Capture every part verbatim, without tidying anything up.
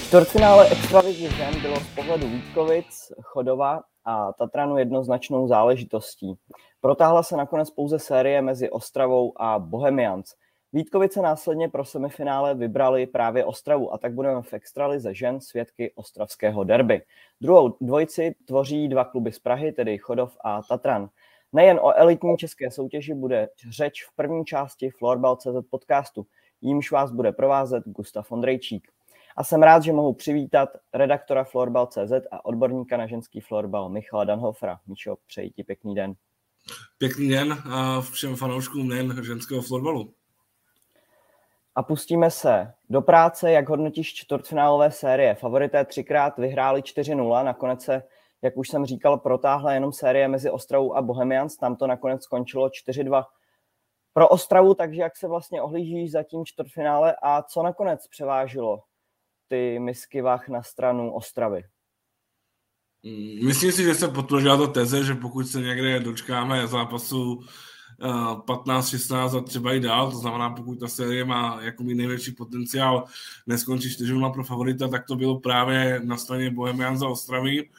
Čtvrtfinále Extraligy žen bylo z pohledu Vítkovic, Chodova a Tatranu jednoznačnou záležitostí. Protáhla se nakonec pouze série mezi Ostravou a Bohemians. Vítkovice následně pro semifinále vybrali právě Ostravu a tak budeme v Extralize žen svědky ostravského derby. Druhou dvojici tvoří dva kluby z Prahy, tedy Chodov a Tatran. Nejen o elitní české soutěži bude řeč v první části Florbal tečka cé zet podcastu, jímž vás bude provázet Gustav Ondrejčík. A jsem rád, že mohu přivítat redaktora Florbal tečka cé zet a odborníka na ženský florbal Michala Danhofera. Míšo, přeji ti pěkný den. Pěkný den a všem fanouškům nejen ženského florbalu. A pustíme se do práce, jak hodnotíš čtvrtfinálové série. Favorité třikrát vyhráli čtyři nula, nakonec se, jak už jsem říkal, protáhla jenom série mezi Ostravou a Bohemians, tam to nakonec skončilo čtyři dva pro Ostravu, takže jak se vlastně ohlížíš za tím čtvrtfinále a co nakonec převážilo ty misky vah na stranu Ostravy? Myslím si, že se potvrdila ta teze, že pokud se někde dočkáme zápasu patnáct šestnáct a třeba i dál, to znamená, pokud ta série má jakoby největší potenciál neskončí čtyři nula pro favorita, tak to bylo právě na straně Bohemians a Ostravy.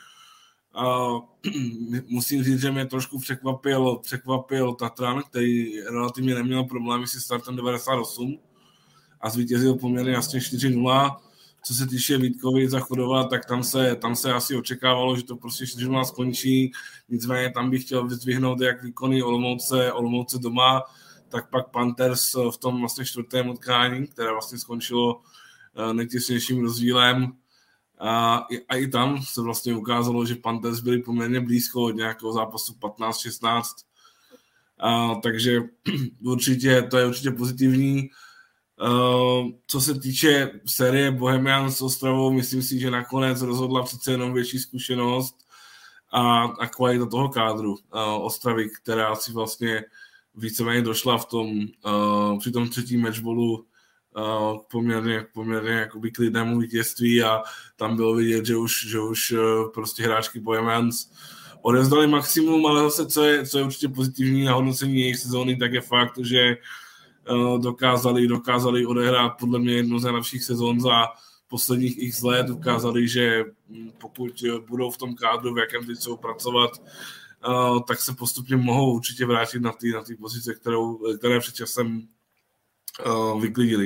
Musím říct, že mě trošku překvapil, překvapil Tatran, který relativně neměl problémy se startem devadesát osm a zvítězil poměrně jasně čtyři nula. Co se týče Vítkovic a Chodova, tak tam se, tam se asi očekávalo, že to prostě čtyři nula skončí. Nicméně tam bych chtěl vyzdvihnout jak výkony Olomouce, Olomouce doma, tak pak Panthers v tom vlastně čtvrtém utkání, které vlastně skončilo nejtěsnějším rozdílem. A, a i tam se vlastně ukázalo, že Panthers byli poměrně blízko od nějakého zápasu patnáct šestnáct. A, takže určitě, to je určitě pozitivní. Uh, co se týče série Bohemians s Ostravou, myslím si, že nakonec rozhodla přece jenom větší zkušenost a, a kvalita toho kádru uh, Ostravy, která si vlastně víceméně došla v tom, uh, při tom třetím matchballu uh, poměrně, poměrně jakoby klidnému vítězství a tam bylo vidět, že už, že už uh, prostě hráčky Bohemians odevzdali maximum, ale zase, co je, co je určitě pozitivní na hodnocení jejich sezóny, tak je fakt, že dokázali, dokázali odehrát podle mě jednu z nejlepších sezon za posledních x let, ukázali, že pokud budou v tom kádru, v jakém teď jsou pracovat, tak se postupně mohou určitě vrátit na ty na ty pozice, kterou, které před časem vyklidili.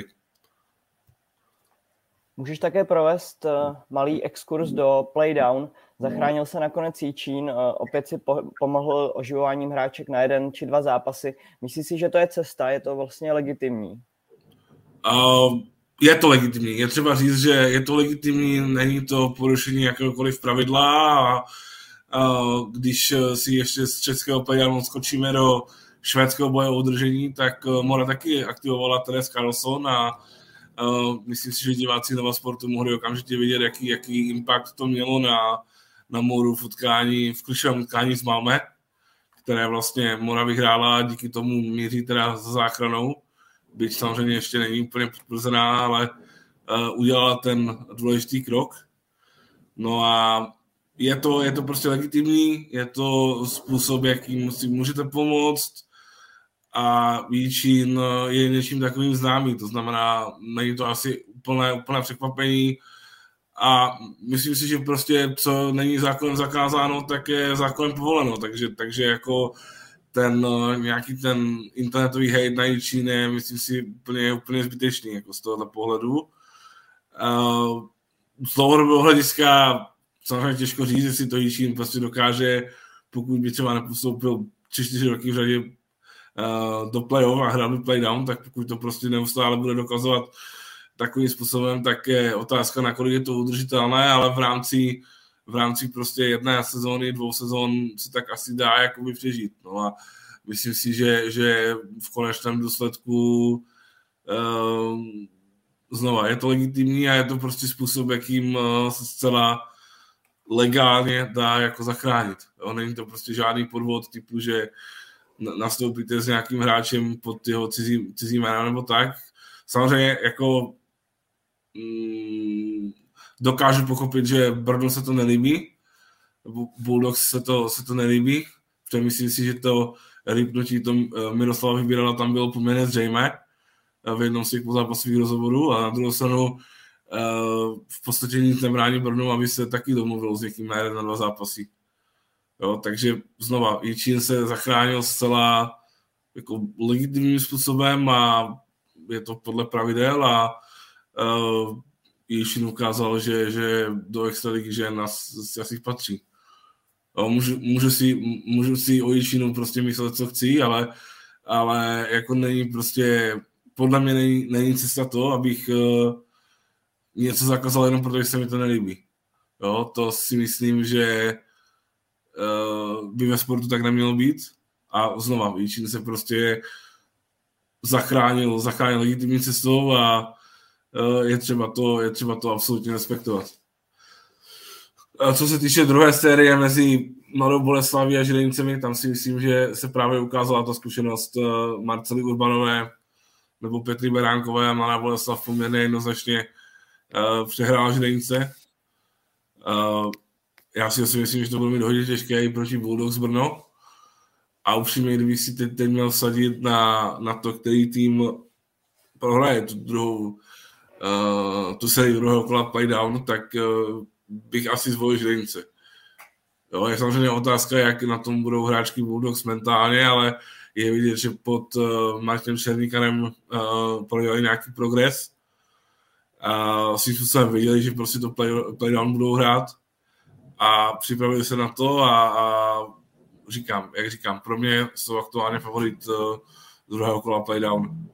Můžeš také provést malý exkurs do playdown. Zachránil se nakonec Jičín, opět si pomohl oživováním hráček na jeden či dva zápasy. Myslíš si, že to je cesta? Je to vlastně legitimní? Uh, je to legitimní. Je třeba říct, že je to legitimní, není to porušení jakéhokoliv pravidla a uh, když si ještě z českého playdownu skočíme do švédského boje o udržení, tak Mora taky aktivovala Therese Carlson a uh, myslím si, že diváci Nova Sportu mohli okamžitě vidět, jaký, jaký impact to mělo na na Moru v utkání, v klíčovém utkání s Malmö, které vlastně Mora vyhrála a díky tomu míří teda za záchranou, byť samozřejmě ještě není úplně potvrzená, ale uh, udělala ten důležitý krok. No a je to, je to prostě legitimní, je to způsob, jakým si můžete pomoct a Jičín je něčím takovým známý, to znamená, není to asi úplné, úplné překvapení. A myslím si, že prostě co není zákonem zakázáno, tak je zákonem povoleno, takže, takže jako ten nějaký ten internetový hate na Jičín je, myslím si, úplně, úplně zbytečný jako z tohoto pohledu. Uh, z dlouhodobého hlediska samozřejmě těžko říct, jestli to Jičín prostě dokáže, pokud by třeba nepostoupil tři čtyři roky v řadě uh, do play-off a hrál by play-down, tak pokud to prostě neustále bude dokazovat takovým způsobem, tak je otázka, nakolik je to udržitelné, ale v rámci, v rámci prostě jedné sezóny, dvou sezón se tak asi dá jakoby přežít. No a myslím si, že, že v konečném důsledku uh, znova je to legitimní a je to prostě způsob, jakým uh, se zcela legálně dá jako zachránit. Jo, není to prostě žádný podvod typu, že nastoupíte s nějakým hráčem pod jeho cizí, cizí jménem nebo tak. Samozřejmě jako mm, dokážu pochopit, že Brno se to nelíbí, nebo Bulldogs se to, se to nelíbí, protože myslím si, že to rýpnutí to Miroslava Vybírala tam bylo poměrně zřejmé v jednom z těch zápasových rozhovorů a na druhou stranu v podstatě nic nebrání Brnu, aby se taky domluvil s někým na jeden na dva zápasy. Jo, takže znova, Jičín se zachránil zcela jako legitimním způsobem a je to podle pravidel a uh, Jičín ukázal, že, že do extraligy žen asi, asi patří. Jo, můžu, můžu, si, můžu si o Jičínu prostě myslet, co chci, ale, ale jako není prostě, podle mě není, není cesta to, abych uh, něco zakázal jenom protože se mi to nelíbí. Jo, to si myslím, že uh, by ve sportu tak nemělo být. A znova, Jičín se prostě zachránil, zachránil legitimní cestou a uh, je, třeba to, je třeba to absolutně respektovat. A co se týče druhé série mezi Mladou Boleslaví a Žilenicemi, tam si myslím, že se právě ukázala ta zkušenost uh, Marcely Urbanové nebo Petry Beránkové a Mladá Boleslav poměrně jednoznačně uh, přehrála Žilenice. Uh, já si asi myslím, že to bylo mít hodně těžké i proti Bulldogs Brno. A upřímně, kdybych si teď, teď měl vsadit na, na to, který tým prohraje tu druhou, uh, tu sérii druhého kola playdown, tak uh, bych asi zvolil Žilenice. Jo, je samozřejmě otázka, jak na tom budou hráčky Bulldogs mentálně, ale je vidět, že pod uh, Martinem Černýkanem uh, prodělali nějaký progres. A svým způsobem věděli, že prostě to play, playdown budou hrát a připravili se na to a, a říkám, jak říkám, pro mě jsou aktuálně favorit uh, druhého kola playdown.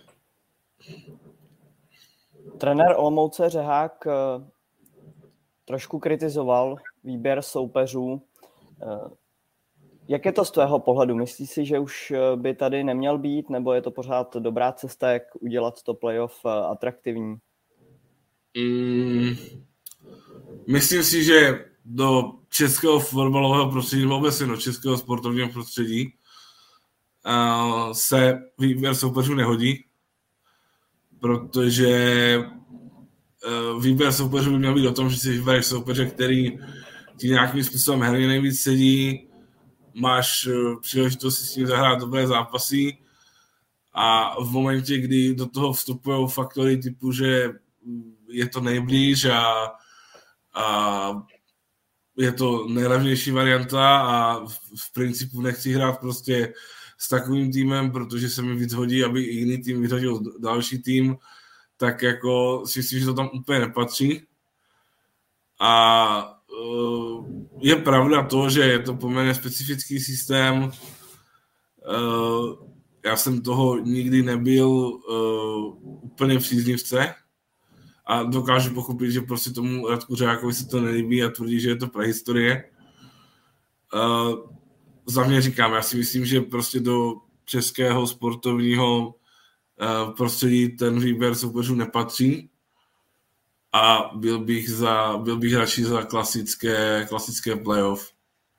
Trenér Olomouce Řehák uh, trošku kritizoval výběr soupeřů. Uh, jak je to z tvého pohledu? Myslíš si, že už by tady neměl být, nebo je to pořád dobrá cesta, jak udělat to playoff uh, atraktivní? Mm, myslím si, že do českého fotbalového prostředí, nebo obecně do českého sportovního prostředí uh, se výběr soupeřů nehodí, protože uh, výběr soupeřů by měl být o tom, že si vybereš soupeře, který ti nějakým způsobem herně nejvíc sedí, máš uh, příležitost si s ním zahrát dobré zápasy a v momentě, kdy do toho vstupují faktory typu, že je to nejblíž a, a je to nejlevnější varianta a v, v principu nechci hrát prostě s takovým týmem, protože se mi víc hodí, aby i jiný tým vyřadil další tým, tak jako si myslím, že to tam úplně nepatří. A uh, je pravda to, že je to poměrně specifický systém. Uh, já jsem toho nikdy nebyl uh, úplně příznivce, a dokážu pochopit, že prostě tomu Radku Řehákovi se to nelíbí a tvrdí, že je to prehistorie. Uh, za mě říkám, já si myslím, že prostě do českého sportovního uh, prostředí ten výběr soupeřů nepatří a byl bych, za, byl bych radši za klasické, klasické playoff.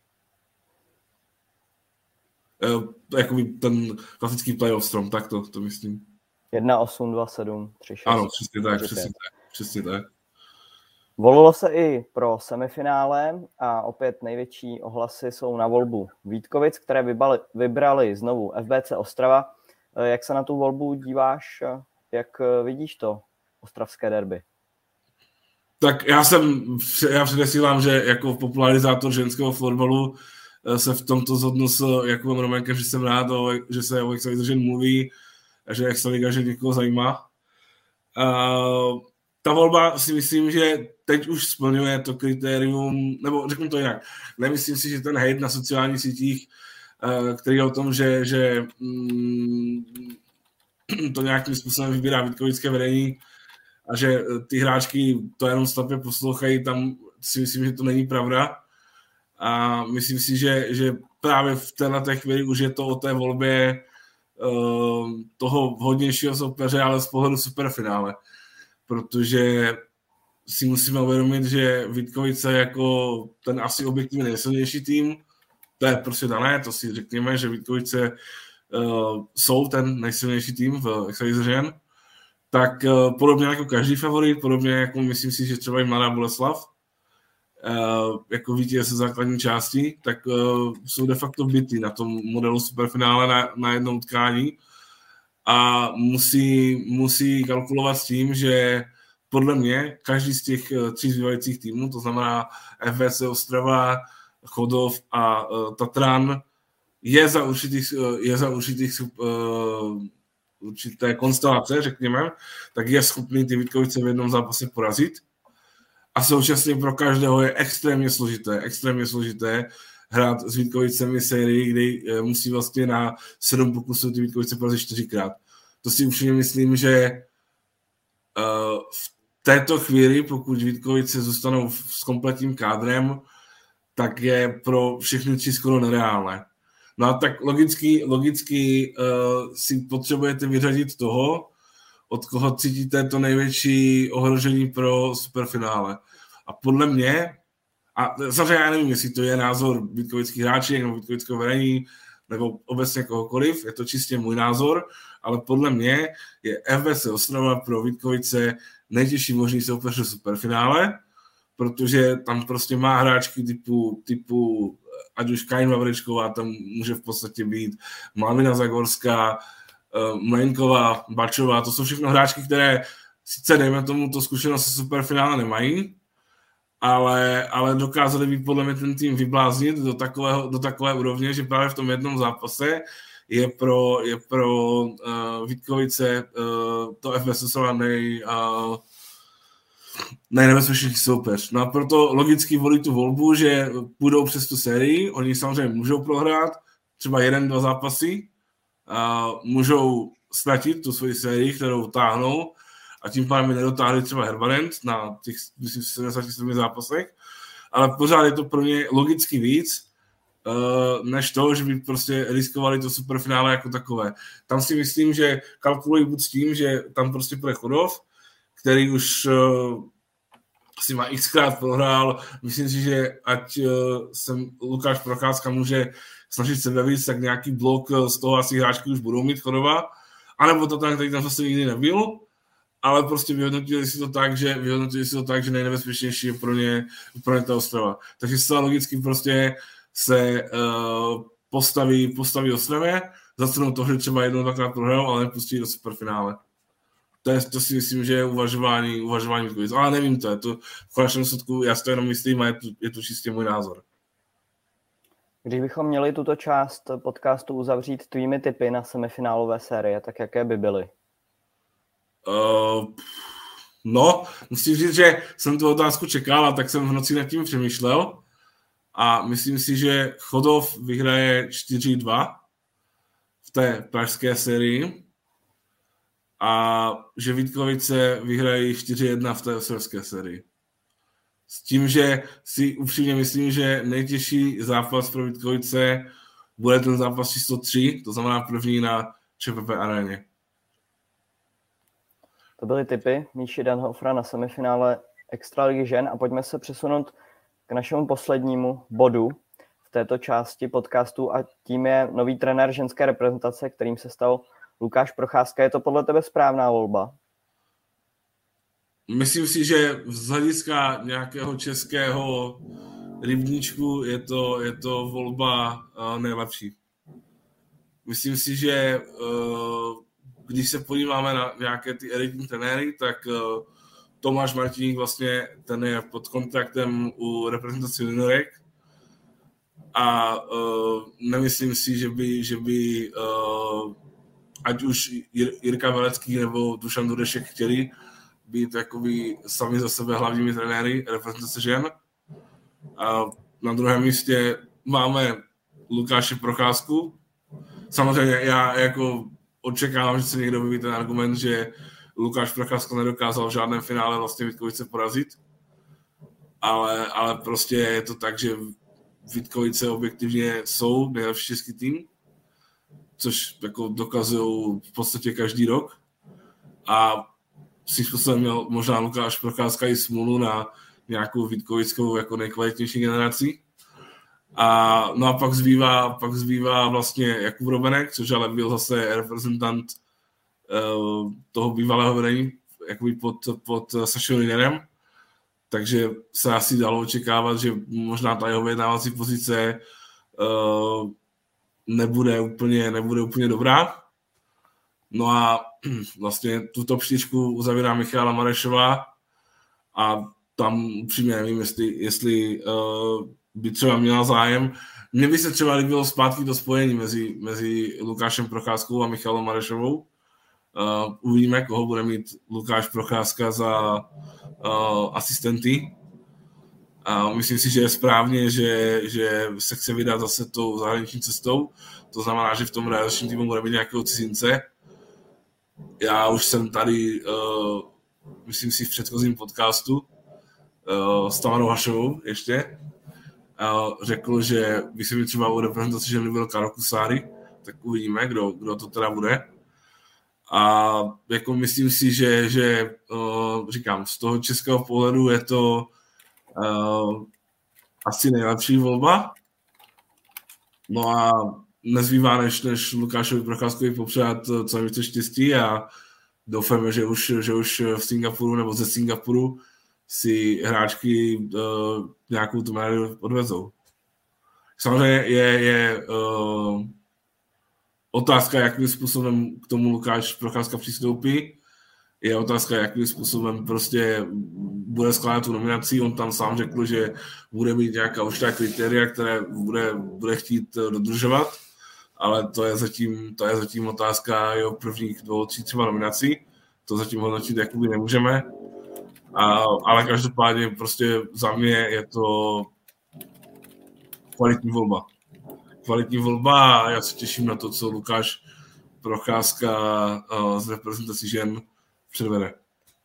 Uh, jakoby ten klasický playoff strom, tak to, to myslím. jedna osm, dva sedm, tři šest. Ano, přesně tak, přesně tak, přesně tak. Volilo se i pro semifinále a opět největší ohlasy jsou na volbu Vítkovic, které vybali, vybrali znovu F B C Ostrava. Jak se na tu volbu díváš? Jak vidíš to ostravské derby? Tak já jsem, já předesílám, že jako popularizátor ženského fotbalu se v tomto zhodnu s Jakubem Romenkem, že jsem rád, že se o extralize žen mluví, že extraliga že někoho zajímá. Uh, ta volba si myslím, že teď už splňuje to kritérium, nebo řeknu to jinak, nemyslím si, že ten hejt na sociálních sítích, uh, který je o tom, že, že um, to nějakým způsobem vybírá vítkovické vedení a že ty hráčky to jenom slabě poslouchají, tam si myslím, že to není pravda. A myslím si, že, že právě v této chvíli už je to o té volbě toho vhodnějšího soupeře, ale z pohledu superfinále. Protože si musíme uvědomit, že Vítkovice jako ten asi objektivně nejsilnější tým, to je prostě dané, to si řekněme, že Vítkovice uh, jsou ten nejsilnější tým v extralize žen, tak uh, podobně jako každý favorit, podobně jako myslím si, že třeba i Mladá Boleslav, uh, jako vítěz ze základní části, tak uh, jsou de facto bytý na tom modelu superfinále na, na jednom utkání a musí, musí kalkulovat s tím, že podle mě každý z těch tří zbývajících týmů, to znamená F V C Ostrava, Chodov a uh, Tatran, je za určitých, je za určitých uh, určité konstelace, řekněme, tak je schopný ty Vítkovice v jednom zápase porazit. A současně pro každého je extrémně složité, extrémně složité hrát s Vítkovicemi sérii, kdy musí vlastně na sedm pokusů ty Vítkovice porazit čtyřikrát. To si určitě myslím, že uh, v této chvíli, pokud Vítkovice zůstanou s kompletním kádrem, tak je pro všechny tři skoro nereálné. No a tak logicky, logicky uh, si potřebujete vyřadit toho, od koho cítíte to největší ohrožení pro superfinále. A podle mě, a samozřejmě já nevím, jestli to je názor vítkovických hráčů nebo vítkovického vedení, nebo obecně kohokoliv, je to čistě můj názor, ale podle mě je F V C Ostrava pro Vítkovice nejtěžší možný soupeř v superfinále, protože tam prostě má hráčky typu, typu ať už Kain Vavrečková, tam může v podstatě být Malvina Zagorská, Mlejnková, Bačová, to jsou všechno hráčky, které sice dejme tomu to zkušenost se superfinále nemají, ale, ale dokázali by podle mě ten tým vybláznit do, takového, do takové úrovně, že právě v tom jednom zápase je pro, je pro uh, Vítkovice uh, to F V S nej, uh, nejnebezpečnější soupeř. No a proto logicky volí tu volbu, že půjdou přes tu sérii, oni samozřejmě můžou prohrát třeba jeden, dva zápasy, uh, můžou ztratit tu svoji sérii, kterou táhnou, a tím pádem mi nedotáhli třeba Herbarent na těch sedmdesát sedm zápasech, ale pořád je to pro ně logicky víc, uh, než to, že by prostě riskovali to superfinále jako takové. Tam si myslím, že kalkulují buď s tím, že tam prostě bude Chodov, který už uh, si má xkrát prohrál. Myslím si, že ať uh, sem Lukáš Procházka může snažit sebe víc, tak nějaký blok z toho asi hráčky už budou mít Chodova, anebo to tam, který tam zase nikdy nebyl, ale prostě vyhodnotili si to tak, že vyhodnotili si to tak, že nejnebezpečnější je pro ně, pro ně ta Ostrava. Takže zcela logicky prostě se uh, postaví, postaví Ostravě, zastanou to, že třeba jednou, dvakrát prohrál, ale nepustí do superfinále. To, je, to si myslím, že je uvažování, uvažování Vítkovic. Ale nevím to, je to v konečném sledku, já si to jenom myslím a je to, je to čistě můj názor. Když bychom měli tuto část podcastu uzavřít tvými tipy na semifinálové série, tak jaké by byly? Uh, no, musím říct, že jsem tu otázku čekal a tak jsem v noci nad tím přemýšlel a myslím si, že Chodov vyhraje čtyři dva v té pražské sérii a že Vítkovice vyhrají čtyři jedna v té ostravské sérii. S tím, že si upřímně myslím, že nejtěžší zápas pro Vítkovice bude ten zápas číslo tři, to znamená první na ČPP aréně. To byly tipy Míši Danhofra na semifinále Extraligy žen a pojďme se přesunout k našemu poslednímu bodu v této části podcastu a tím je nový trenér ženské reprezentace, kterým se stal Lukáš Procházka. Je to podle tebe správná volba? Myslím si, že z hlediska nějakého českého rybníčku je to, je to volba uh, nejlepší. Myslím si, že uh, když se podíváme na nějaké ty elitní trenéry, tak uh, Tomáš Martiník vlastně ten je pod kontraktem u reprezentace juniorek a uh, nemyslím si, že by, že by uh, ať už Jir- Jirka Velecký nebo Dušan Dudešek chtěli být takový sami za sebe hlavními trenéry reprezentace žen. A na druhém místě máme Lukáše Procházku. Samozřejmě já jako očekávám, že se někdo vyvíjí ten argument, že Lukáš Procházka nedokázal v žádném finále vlastně Vítkovice porazit. Ale, ale prostě je to tak, že Vítkovice objektivně jsou nejlepší český tým, což jako dokazují v podstatě každý rok. A svým způsobem měl možná Lukáš Procházka i smůlu na nějakou vítkovickou jako nejkvalitnější generaci. A, no a pak zbývá, pak zbývá vlastně Jakub Robenek, což ale byl zase reprezentant uh, toho bývalého vedení jakoby pod, pod Sašou Linerem. Takže se asi dalo očekávat, že možná ta jeho vyjednávací pozice uh, nebude úplně, nebude úplně dobrá. No a vlastně tuto příčku uzavírá Michála Marešová, a tam upřímně nevím, jestli, jestli uh, by třeba měla zájem. Mně by se třeba líbilo zpátky to spojení mezi, mezi Lukášem Procházkou a Michalou Marešovou. Uh, uvidíme, koho bude mít Lukáš Procházka za uh, asistenty. Uh, myslím si, že je správně, že, že se chce vydat zase tou zahraniční cestou. To znamená, že v tom realizačním týmu bude mít nějakého cizince. Já už jsem tady, uh, myslím si, v předchozím podcastu uh, s Tamarou Hašovou ještě uh, řekl, že by se mi třeba u reprezentaci, že byl Karol Kusáry, tak uvidíme, kdo, kdo to teda bude. A jako myslím si, že, že uh, říkám, z toho českého pohledu je to uh, asi nejlepší volba. No a nezbývá než, než Lukášovi Procházkovi popřát co nejvíce štěstí a doufáme, že už, že už v Singapuru nebo ze Singapuru si hráčky uh, nějakou tu medaili odvezou. Samozřejmě je, je uh, otázka, jakým způsobem k tomu Lukáš Procházka přistoupí. Je otázka, jakým způsobem prostě bude skládat tu nominaci. On tam sám řekl, že bude mít nějaká určitá kritéria, které bude, bude chtít dodržovat, ale to je zatím, to je zatím otázka jeho prvních dvou, tří třeba nominací. To zatím hodnotit jakoby nemůžeme. A, ale každopádně prostě za mě je to kvalitní volba. Kvalitní volba a já se těším na to, co Lukáš Procházka z reprezentací žen předvede.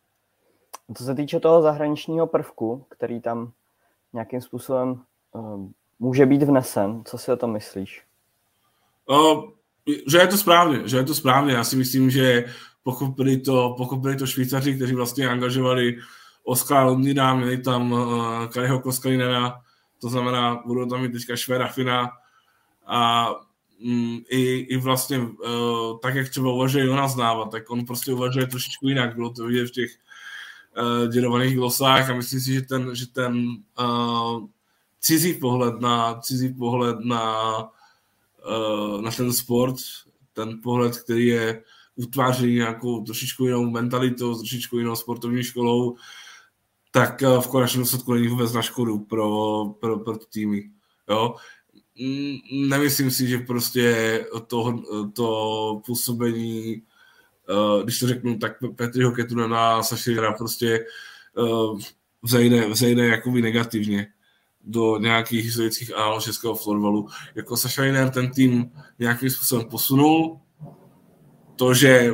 Co se týče toho zahraničního prvku, který tam nějakým způsobem uh, může být vnesen, co si o tom myslíš? Uh, že je to správně, že je to správně. Já si myslím, že pochopili to, pochopili to Švýcaři, kteří vlastně angažovali Oskara Lundina, měli tam uh, Kariho Koskalinena, to znamená, budou tam mít teďka Švéda Fina a mm, i, i vlastně uh, tak, jak třeba uvažuje Jonas Náva, tak on prostě uvažuje trošičku jinak. Bylo to vidět v těch uh, děrovaných glosách a myslím si, že ten, že ten uh, cizí pohled na cizí pohled na, uh, na ten sport, ten pohled, který je utváří nějakou trošičku jinou mentalitou, trošičku jinou sportovní školou, tak uh, v konečném důsledku není vůbec na škodu pro, pro, pro týmy. Jo? Nemyslím si, že prostě to, to působení, uh, když to řeknu, tak Petriho Ketunena a Sašera prostě uh, vzejde, vzejde jakoby negativně do nějakých historických anál českého florbalu. Jako Saša ten tým nějakým způsobem posunul. To, že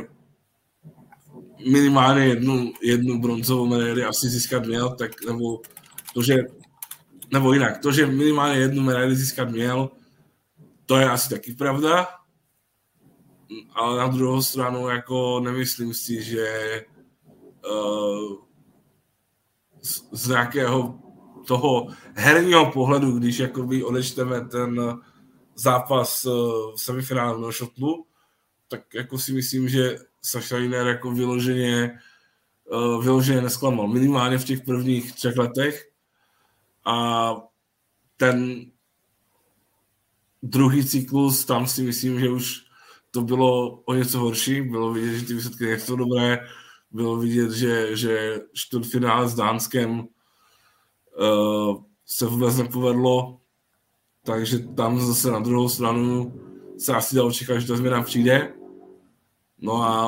minimálně jednu, jednu bronzovou medaili asi získat měl, tak nebo to, že nebo jinak, to, že minimálně jednu medaili získat měl, to je asi taky pravda, ale na druhou stranu jako nemyslím si, že uh, z, z nějakého toho herního pohledu, když jakoby odečteme ten zápas uh, v semifinále na šotlu, tak jako si myslím, že Saša Jiner jako vyloženě, uh, vyloženě nesklamal. Minimálně v těch prvních třech letech. A ten druhý cyklus, tam si myslím, že už to bylo o něco horší. Bylo vidět, že ty výsledky nejsou dobré. Bylo vidět, že, že čtvrtfinále s Dánskem uh, se vůbec nepovedlo. Takže tam zase na druhou stranu se asi dalo čekat, že ta změna přijde. No a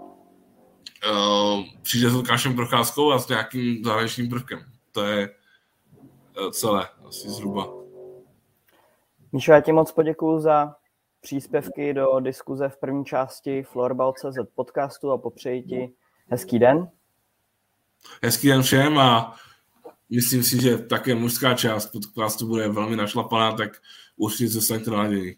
uh, přijde s Lukášem Procházkou a s nějakým zahraničním prvkem. To je celé, asi zhruba. Míšo, já ti moc poděkuju za příspěvky do diskuze v první části Florbal tečka cé zet podcastu a popřeji ti hezký den. Hezký den všem a myslím si, že také mužská část podcastu bude velmi našlapaná, tak určitě zůstaňte naladění.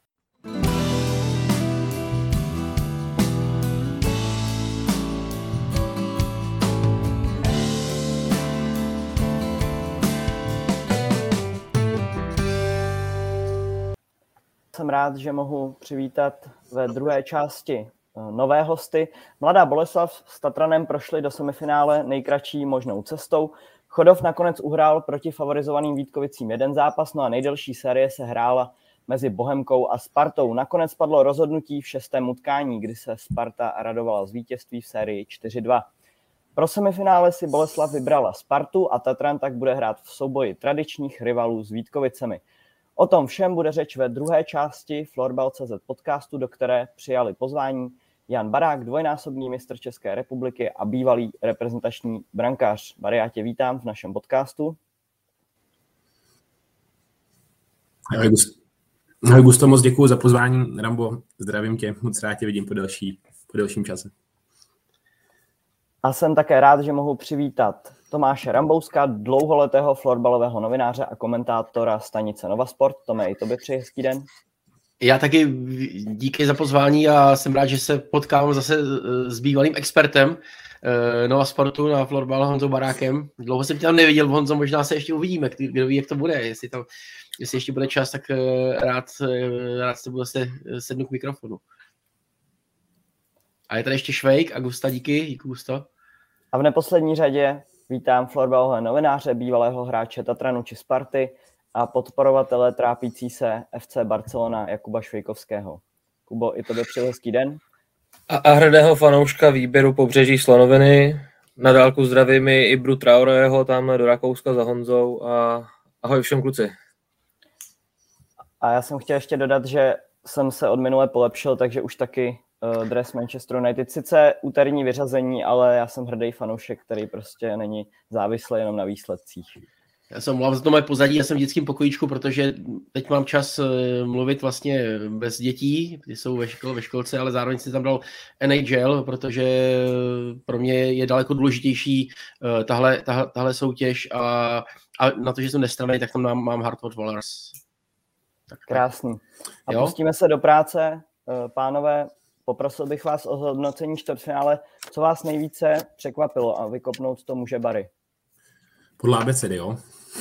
Jsem rád, že mohu přivítat ve druhé části nové hosty. Mladá Boleslav s Tatranem prošli do semifinále nejkratší možnou cestou. Chodov nakonec uhrál proti favorizovaným Vítkovicím jeden zápas, no a nejdelší série se hrála mezi Bohemkou a Spartou. Nakonec padlo rozhodnutí v šestém utkání, kdy se Sparta radovala z vítězství v sérii čtyři dva. Pro semifinále si Boleslav vybrala Spartu a Tatran tak bude hrát v souboji tradičních rivalů s Vítkovicemi. O tom všem bude řeč ve druhé části Florbal tečka cé zet podcastu, do které přijali pozvání Jan Barák, dvojnásobný mistr České republiky a bývalý reprezentační brankář. Bary, já tě vítám v našem podcastu. Ahoj, Gusto. Ahoj, Gusto, moc děkuju za pozvání. Rambo, zdravím tě, moc rád tě vidím po, další, po delším čase. A jsem také rád, že mohu přivítat Tomáše Rambouska, dlouholetého florbalového novináře a komentátora stanice Nova Sport. Tome, i tobě přeji hezký den. Já taky díky za pozvání a jsem rád, že se potkám zase s bývalým expertem Nova Sportu na florbal Honzou Barákem. Dlouho jsem tě tam neviděl, Honzo, možná se ještě uvidíme, kdo ví, jak to bude. Jestli, tam, jestli ještě bude čas, tak rád, rád se budu zase sednu k mikrofonu. A je tady ještě Švejk a Gusta, díky, díky Gusto. A v neposlední řadě vítám florbalového novináře, bývalého hráče Tatranu či Sparty a podporovatele trápící se ef cé Barcelona Jakuba Švejkovského. Kubo, i tobě přeji hezký den. A, a hrdého fanouška výběru Pobřeží Slonoviny. Na dálku zdravím i Ibru Traoreho tam do Rakouska za Honzou a ahoj všem kluci. A já jsem chtěl ještě dodat, že jsem se od minule polepšil, takže už taky uh, dres Manchester United. Sice úterní vyřazení, ale já jsem hrdý fanoušek, který prostě není závislý jenom na výsledcích. Já jsem mluvil za to moje pozadí, já jsem v dětském pokojíčku, protože teď mám čas mluvit vlastně bez dětí, ty jsou ve, škole, ve školce, ale zároveň si tam dal N H L, protože pro mě je daleko důležitější uh, tahle, tahle, tahle soutěž a, a na to, že jsem nestranný, tak tam mám, mám Hartford Whalers. Tak, krásný. A jo? Pustíme se do práce. Pánové, poprosil bych vás o zhodnocení čtvrtfinále. Co vás nejvíce překvapilo a vykopnout to může Bary? Podle abecedy, jo?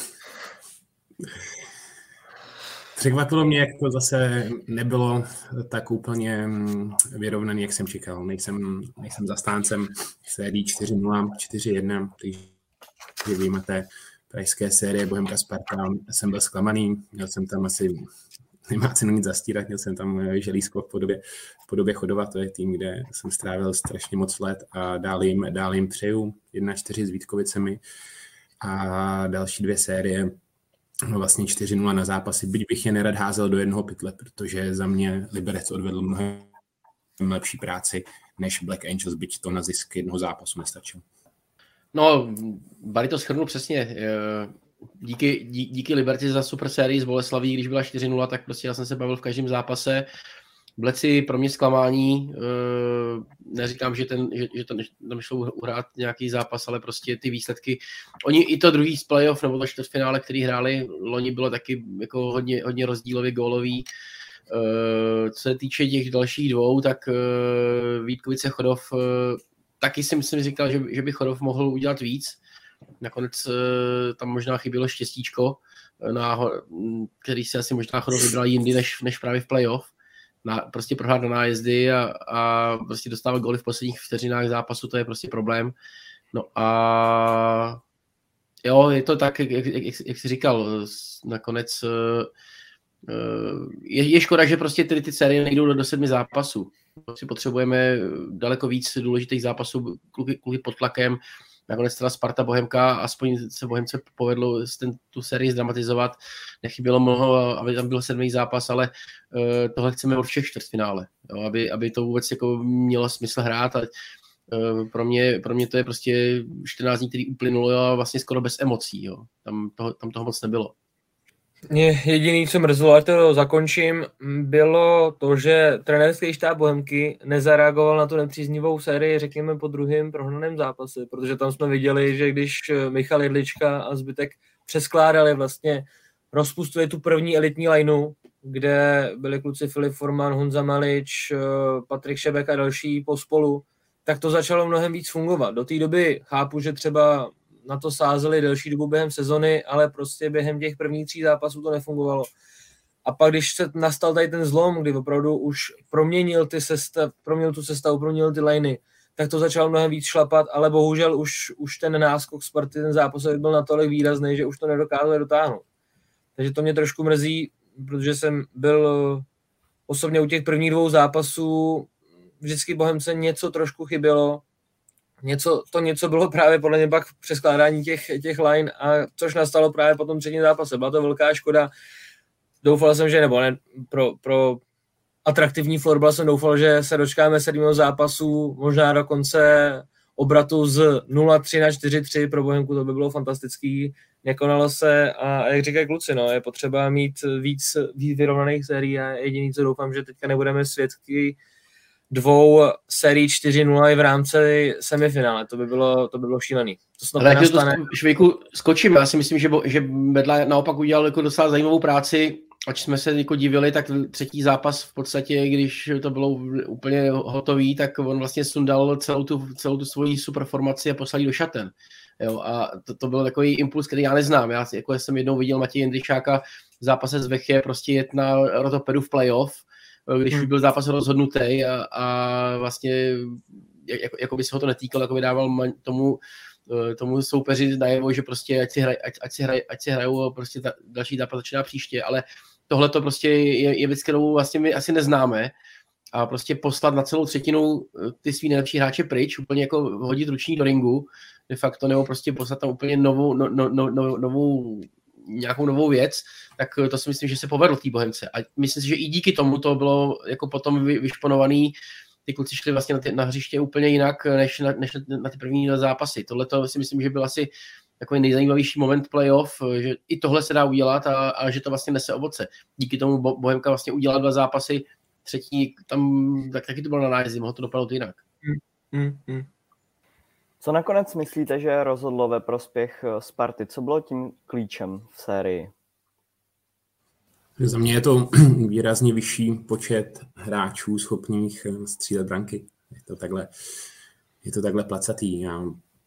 Překvapilo mě, jak to zase nebylo tak úplně vyrovnaný, jak jsem čekal. Nejsem, nejsem zastáncem sérii čtyři nula, čtyři jedna, takže vyjímaté pražské série Bohemka Sparta, jsem byl zklamaný, měl jsem tam asi, nemá cenu nic zastírat, měl jsem tam Želízko v podobě, v podobě Chodova, to je tým, kde jsem strávil strašně moc let a dál jim, dál jim přeju, jedna čtyři s Vítkovicemi a další dvě série, no vlastně čtyři nula na zápasy, byť bych je nerad házel do jednoho pytle, protože za mě Liberec odvedl mnohem lepší práci než Black Angels, byť to na zisk jednoho zápasu nestačilo. No, Bary to shrnul přesně. Díky, dí, díky Liberci za super sérii z Boleslaví, když byla čtyři nula, tak prostě já jsem se bavil v každém zápase. Bleci pro mě zklamání. Neříkám, že, ten, že, že tam šlo uhrát nějaký zápas, ale prostě ty výsledky. Oni i to druhý z playoff, nebo to čtvrtfinále, který hráli loni, bylo taky jako hodně, hodně rozdílově gólový. Co se týče těch dalších dvou, tak Vítkovice Chodov taky si myslím říkal, že, že by Chodov mohl udělat víc. Nakonec tam možná chybělo štěstíčko, na, který si asi možná Chodov vybral jindy než, než právě v playoff. Na, prostě prohrát na nájezdy a, a prostě dostávat góly v posledních vteřinách zápasu, to je prostě problém. No a jo, je to tak, jak, jak, jak, jak jsi říkal, nakonec je, je škoda, že prostě ty, ty série nejdou do, do sedmi zápasů. Prostě potřebujeme daleko víc důležitých zápasů, kluky, kluky pod tlakem. Nakonec teda Sparta Bohemka, aspoň se Bohemce povedlo ten, tu sérii zdramatizovat. Nechybělo mnoho, aby tam byl sedmý zápas, ale uh, tohle chceme od všech čtvrtfinále, jo, aby, aby to vůbec jako mělo smysl hrát. A, uh, pro, mě, pro mě to je prostě čtrnáct dní, který uplynulo a vlastně skoro bez emocí. Jo. Tam, toho, tam toho moc nebylo. Mě jediný, co mrzelo, ať to zakončím, bylo to, že trenérský štáb Bohemky nezareagoval na tu nepříznivou sérii, řekněme, po druhém prohnaném zápase, protože tam jsme viděli, že když Michal Jedlička a zbytek přeskládali vlastně, rozpustili tu první elitní lineu, kde byli kluci Filip Forman, Honza Malič, Patrik Šebek a další pospolu, tak to začalo mnohem víc fungovat. Do té doby chápu, že třeba na to sázeli delší dobu během sezony, ale prostě během těch prvních tří zápasů to nefungovalo. A pak, když se nastal tady ten zlom, kdy opravdu už proměnil, ty sestav, proměnil tu sestavu, proměnil ty liney, tak to začalo mnohem víc šlapat, ale bohužel už, už ten náskok Sparty, ten zápas byl natolik výrazný, že už to nedokázali dotáhnout. Takže to mě trošku mrzí, protože jsem byl osobně u těch prvních dvou zápasů, vždycky Bohemce něco trošku chybělo, něco, to něco bylo právě podle mě pak přeskládání těch, těch line, a což nastalo právě po tom třetím zápase. Byla to velká škoda. Doufal jsem, že nebo ne, pro, pro atraktivní florbal jsem doufal, že se dočkáme sedmého zápasu, možná dokonce obratu z nula tři na čtyři tři pro Bohemku, to by bylo fantastický. Nekonalo se a jak říkají kluci, no, je potřeba mít víc, víc vyrovnaných sérií a jediný, co doufám, že teďka nebudeme svědky dvou sérií čtyři nula i v rámci semifinále. To by bylo, to by bylo šílený. To snad ale jak to Švejku skočím, já si myslím, že, bo, že Medla naopak udělal jako docela zajímavou práci, ač jsme se jako divili, tak třetí zápas v podstatě, když to bylo úplně hotový, tak on vlastně sundal celou tu, celou tu svoji superformaci a poslal do šaten. Jo, a to, to byl takový impuls, který já neznám. Já jako jsem jednou viděl Matěje Jindřišáka v zápase z Vechě prostě jet na rotopedu v playoff, když hmm. byl zápas rozhodnutý a, a vlastně jako, jako by se ho to netýkalo, jako by dával tomu, tomu soupeři najevo, že prostě ať si, hraj, ať, ať si, hraj, ať si hrajou prostě ta, další zápas začíná příště, ale tohle to prostě je, je věc, kterou vlastně my asi neznáme a prostě poslat na celou třetinu ty svý nejlepší hráče pryč, úplně jako hodit ruční do ringu, de facto, nebo prostě poslat tam úplně novou, no, no, no, no, novou nějakou novou věc, tak to si myslím, že se povedlo té Bohemce. A myslím si, že i díky tomu to bylo jako potom vyšponovaný, ty kluci šli vlastně na, ty, na hřiště úplně jinak, než na, než na, na ty první zápasy. Tohle to si myslím, že byl asi takový nejzajímavější moment playoff, že i tohle se dá udělat a, a že to vlastně nese ovoce. Díky tomu Bohemka vlastně udělala dva zápasy, třetí tam, tak taky to bylo na nájezdy, mohlo to dopadnout jinak. Mm, mm, mm. Co nakonec myslíte, že rozhodlo ve prospěch Sparty? Co bylo tím klíčem v sérii? Za mě je to výrazně vyšší počet hráčů schopných střílet branky. Je to takhle, je to takhle placatý. Já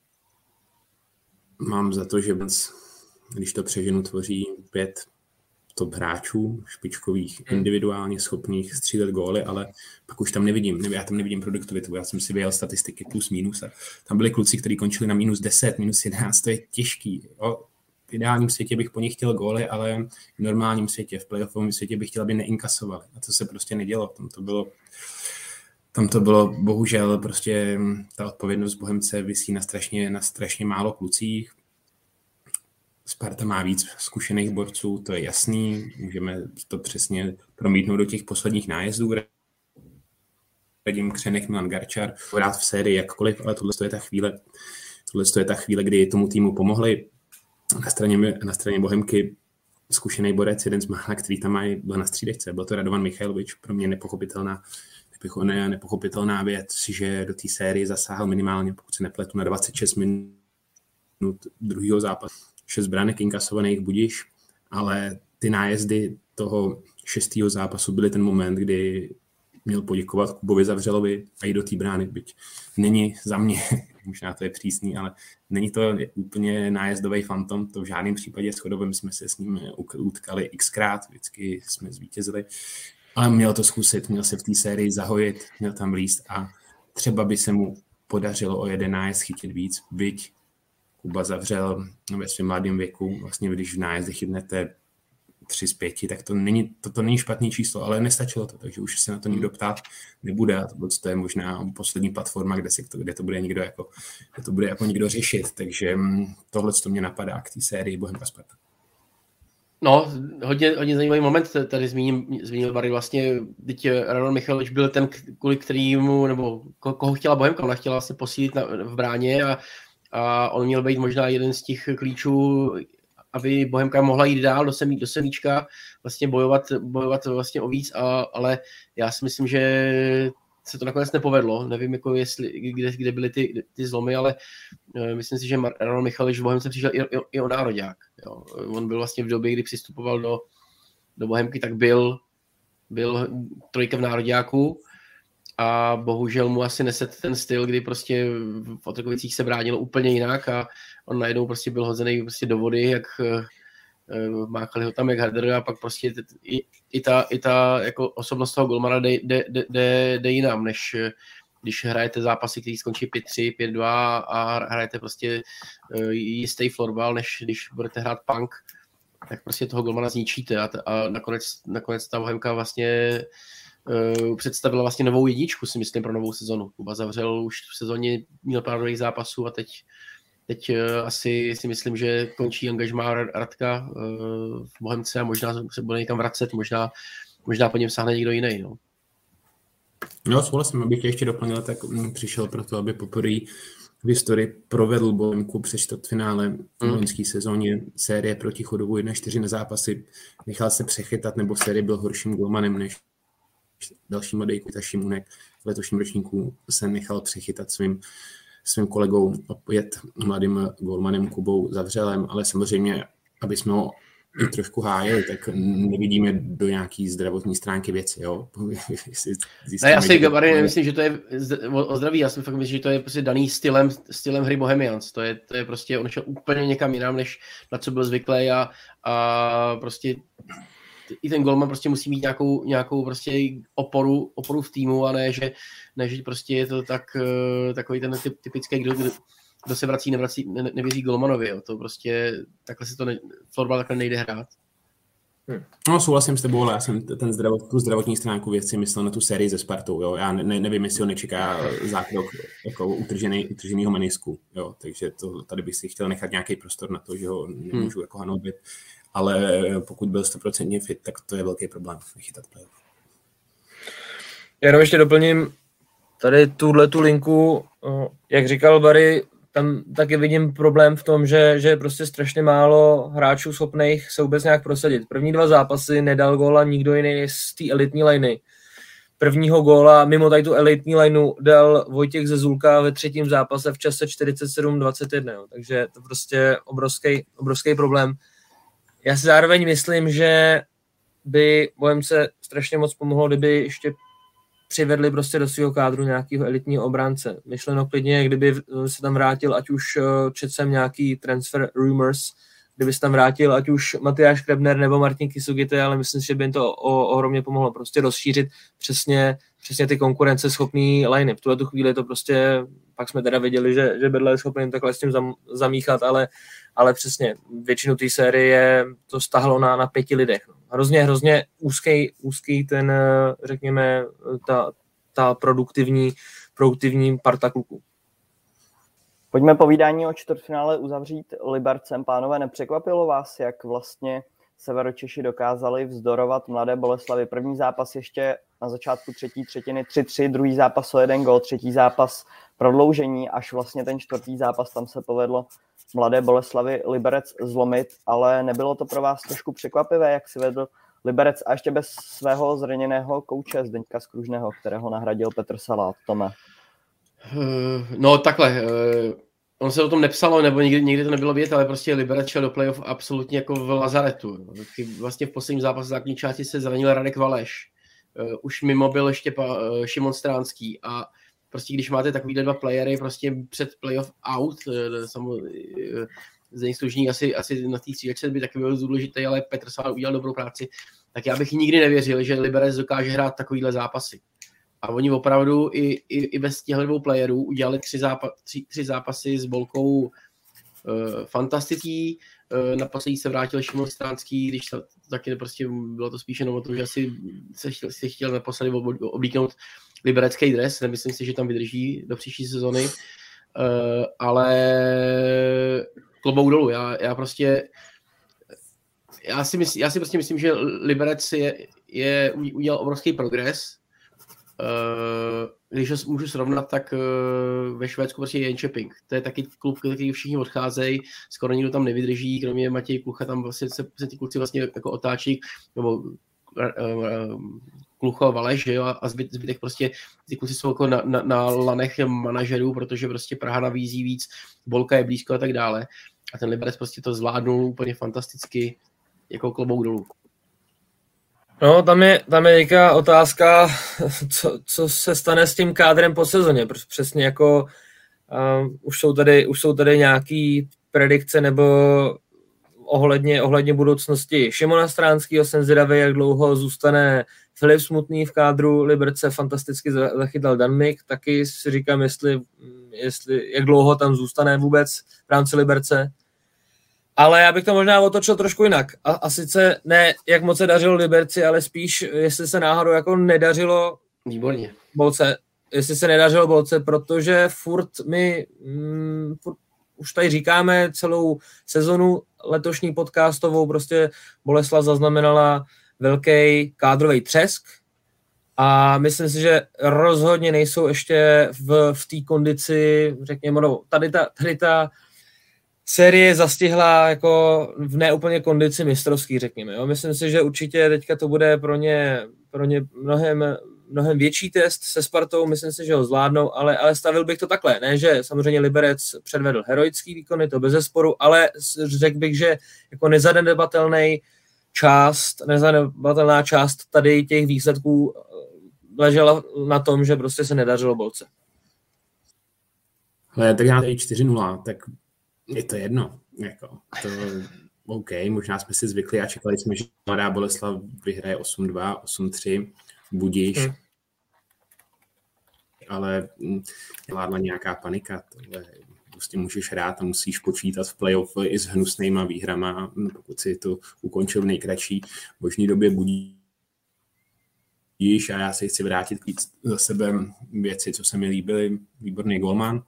mám za to, že když to přeženu, tvoří pět top hráčů, špičkových, individuálně schopných střílet góly, ale pak už tam nevidím, já tam nevidím produktivitu, já jsem si vyjel statistiky plus minus a tam byli kluci, kteří končili na minus deset, minus jedenáct, to je těžký. Jo. V ideálním světě bych po nich chtěl góly, ale v normálním světě, v playoffovém světě bych chtěl, aby neinkasovali. A to se prostě nedělo. Tam to bylo, tam to bylo bohužel prostě ta odpovědnost Bohemce visí na strašně, na strašně málo klucích. Sparta má víc zkušených borců, to je jasný, můžeme to přesně promítnout do těch posledních nájezdů. Radim Křenek, Milan Garčar, hrát v sérii jakkoliv, ale tohle je ta chvíle, tohle je ta chvíle, kdy tomu týmu pomohli. Na straně, na straně Bohemky zkušený borec, jeden z mála, který tam mají, byl na střídečce, byl to Radovan Michajlovič, pro mě nepochopitelná, nepochopitelná věc, že do té série zasáhl minimálně, pokud se nepletu, na dvacet šest minut druhého zápasu. Šest branek inkasovaných budiš, ale ty nájezdy toho šestého zápasu byly ten moment, kdy měl poděkovat Kubovi Zavřelovi a jít do té brány, byť není za mě, možná to je přísný, ale není to úplně nájezdový fantom, to v žádném případě s Chodovem jsme se s ním utkali xkrát, vždycky jsme zvítězili, ale měl to zkusit, měl se v té sérii zahojit, měl tam líst a třeba by se mu podařilo o jeden nájezd chytit víc, byť Kuba Zavřel ve svém mladém věku, vlastně když v nájezdech chytnete tři z pěti, tak to není, to, to není špatný číslo, ale nestačilo to, takže už se na to nikdo ptát nebude a to, to je možná poslední platforma, kde, si to, kde to bude někdo jako, kde to bude jako někdo řešit, takže tohle to mě napadá k té sérii Bohemka Sparta. No, hodně, hodně zajímavý moment tady zmíním, zmínil Barry vlastně, teď Radovan Michajlovič byl ten, kvůli kterýmu, nebo koho chtěla Bohemka, ona chtěla vlastně posílit na, v bráně a a on měl být možná jeden z těch klíčů, aby Bohemka mohla jít dál do, semí, do semíčka, vlastně bojovat, bojovat vlastně o víc, a, ale já si myslím, že se to nakonec nepovedlo. Nevím, jako jestli, kde, kde byly ty, ty zlomy, ale uh, myslím si, že Radovan Michajlovič v Bohemce přišel i, i, i o nároďák. Jo. On byl vlastně v době, kdy přistupoval do, do Bohemky, tak byl, byl trojka v nároďáku, a bohužel mu asi neset ten styl, kdy prostě v Otrokovicích se bránilo úplně jinak a on najednou prostě byl hozený prostě do vody, jak uh, máchali ho tam jak hadr a pak prostě t- i, i ta, i ta jako osobnost toho golmana jde, jde, jde, jde jinam, než když hrajete zápasy, který skončí pět tři, pět dva a hrajete prostě uh, jistý florbal, než když budete hrát punk, tak prostě toho golmana zničíte a, t- a nakonec, nakonec ta Bohemka vlastně uh, představila vlastně novou jedničku, si myslím, pro novou sezonu. Kuba Zavřel už v sezóně měl pár nových zápasů a teď, teď uh, asi si myslím, že končí angažmá Radka uh, v Bohemce a možná se bude někam vracet, možná, možná po něm sáhne někdo jiný. No. No, souhlasím, abych ještě doplnil, tak přišel proto, aby poprvé v historii provedl Bohemku před čtvrtfinále v mm. loňské sezóně série proti Chodovu jedna čtyři na zápasy. Nechal se přechytat, nebo v sérii byl horším golmanem než další mladý Kuta Šimunek. V letošním ročníku se nechal přechytat svým, svým kolegou opět mladým golmanem Kubou Zavřelem, ale samozřejmě, aby jsme ho i trošku hájili, tak nevidíme do nějaký zdravotní stránky věci, jo? Ne, já si, Gabary, nemyslím, že to je o zdraví, já si fakt myslím, že to je prostě daný stylem, stylem hry Bohemians, to je, to je prostě, on šel úplně někam jinam, než na co byl zvyklý a, a prostě i ten golman prostě musí mít nějakou, nějakou prostě oporu, oporu v týmu, a ne, že, ne, že prostě je to tak, takový ten typ, typický, kdo, kdo kdo se vrací, nevrací, ne, nevěří golmanovi, jo. To prostě, takhle se to, ne, florbal takhle nejde hrát. Hmm. No, souhlasím s tebou, ale já jsem ten zdravot, tu zdravotní stránku věci myslel na tu sérii ze Spartou, jo. Já ne, nevím, jestli ho nečeká zákrok jako utržený, utrženýho menisku, jo. Takže to, tady bych si chtěl nechat nějaký prostor na to, že ho nemůžu hmm. jako hanoubit, ale pokud byl stoprocentně fit, tak to je velký problém nechytat playoff. Já jenom ještě doplním tady tuhle tu linku, jak říkal Barry, tam taky vidím problém v tom, že, že je prostě strašně málo hráčů schopných se vůbec nějak prosadit. První dva zápasy nedal góla nikdo jiný z té elitní liney. Prvního góla mimo tady tu elitní lineu dal Vojtěch Zezulka ve třetím zápase v čase čtyřicet sedm dvacet jedna. Jo. Takže to prostě obrovský, obrovský problém. Já si zároveň myslím, že by Bohemce strašně moc pomohlo, kdyby ještě přivedli prostě do svého kádru nějakého elitního obránce. Myšleno klidně, kdyby se tam vrátil, ať už četl jsem nějaký transfer rumors, kdyby se tam vrátil, ať už Matyáš Krebner nebo Martin Kisugite, ale myslím si, že by jim to o, ohromně pomohlo prostě rozšířit přesně, přesně ty konkurenceschopný liney. V tuhle tu chvíli to prostě, pak jsme teda viděli, že, že Bedle je schopný takhle s tím zam, zamíchat, ale, ale přesně většinu té série to stahlo na, na pěti lidech. No. Hrozně, hrozně úzký, úzký ten, řekněme, ta, ta produktivní, produktivní parta kluků. Pojďme povídání o čtvrtfinále uzavřít Libercem. Pánové, nepřekvapilo vás, jak vlastně Severočeši dokázali vzdorovat Mladé Boleslavi? První zápas ještě na začátku třetí třetiny tři tři, druhý zápas o jeden gól, třetí zápas prodloužení, až vlastně ten čtvrtý zápas, tam se povedlo Mladé Boleslavi Liberec zlomit, ale nebylo to pro vás trošku překvapivé, jak si vedl Liberec a ještě bez svého zraněného kouče Zdeňka Skružného, kterého nahradil Petr Salát? Tome. No takhle, on se o tom nepsalo, nebo nikdy, nikdy to nebylo vědět, ale prostě Liberec šel do playoff absolutně jako v lazaretu. Vlastně v posledním zápase základní části se zranil Radek Valeš. Už mimo byl ještě Šimon Stránský a prostě když máte takovýhle dva playery prostě před playoff out, Zdeněk Skružník asi, asi na té střídačce by taky byl důležitý, ale Petr Salát udělal dobrou práci, tak já bych nikdy nevěřil, že Liberec dokáže hrát takovýhle zápasy. A oni opravdu i, i, i bez těchto dvou playerů udělali tři, zápa, tři, tři zápasy s Bolkou uh, fantastický. Uh, na poslední se vrátil Šimon Stránský, když to, taky prostě bylo to spíš jenom o tom, že asi se chtěl, se chtěl naposledy oblíknout liberecký dres. Nemyslím si, že tam vydrží do příští sezony. Uh, ale klobouk dolů. Já, já prostě já si, mysl, já si prostě myslím, že Liberec je, je, udělal obrovský progres. Když ho můžu srovnat, tak ve Švédsku prostě je Jönköping. To je taky klub, který všichni odcházejí, skoro nikdo tam nevydrží, kromě Matěj Klucha, tam vlastně se, se ty kluci vlastně jako otáčí, nebo Klucho, Valeš, jo, a zbyt, zbytek prostě, ty kluci jsou jako na, na, na lanech manažerů, protože prostě Praha nabízí víc, Bolka je blízko a tak dále. A ten Liberec prostě to zvládnul úplně fantasticky, jako klobouk dolů. No, tam je, tam je nějaká otázka, co, co se stane s tím kádrem po sezóně. Přesně jako um, už, jsou tady, už jsou tady nějaký predikce nebo ohledně, ohledně budoucnosti Šimona Stránského. Jsem zvědavý, jak dlouho zůstane Filip Smutný v kádru Liberce. Fantasticky zachytal Danmik. Taky si říkám, jestli, jestli, jak dlouho tam zůstane vůbec v rámci Liberce. Ale já bych to možná otočil trošku jinak. A, a sice ne, jak moc se dařilo Liberci, ale spíš, jestli se náhodou jako nedařilo Výborně. Bolce, jestli se nedařilo Bolce, protože furt my mm, furt, už tady říkáme celou sezonu letošní podcastovou, prostě Boleslav zaznamenala velký kádrový třesk a myslím si, že rozhodně nejsou ještě v, v té kondici, řekněme, no, tady ta, tady ta série zastihla jako v neúplně kondici mistrovský, řekněme. Jo. Myslím si, že určitě teďka to bude pro ně, pro ně mnohem, mnohem větší test se Spartou, myslím si, že ho zvládnou, ale, ale stavil bych to takhle, ne, že samozřejmě Liberec předvedl heroický výkony, to bez zesporu, ale řekl bych, že jako nezanedbatelný část, nezanedbatelná část tady těch výsledků ležela na tom, že prostě se nedařilo Bolce. Ale tak já tady čtyři nula, tak je to jedno. Jako, to, OK, možná jsme si zvykli a čekali jsme, že Mladá Boleslav vyhraje osm dva, osm tři, budíš. Hmm. Ale vládla nějaká panika. Tohle prostě můžeš hrát a musíš počítat v playoff i s hnusnýma výhrama, pokud si to ukončil v nejkratší možný době budíš. A já se chci vrátit víc za sebe věci, co se mi líbily. Výborný golman.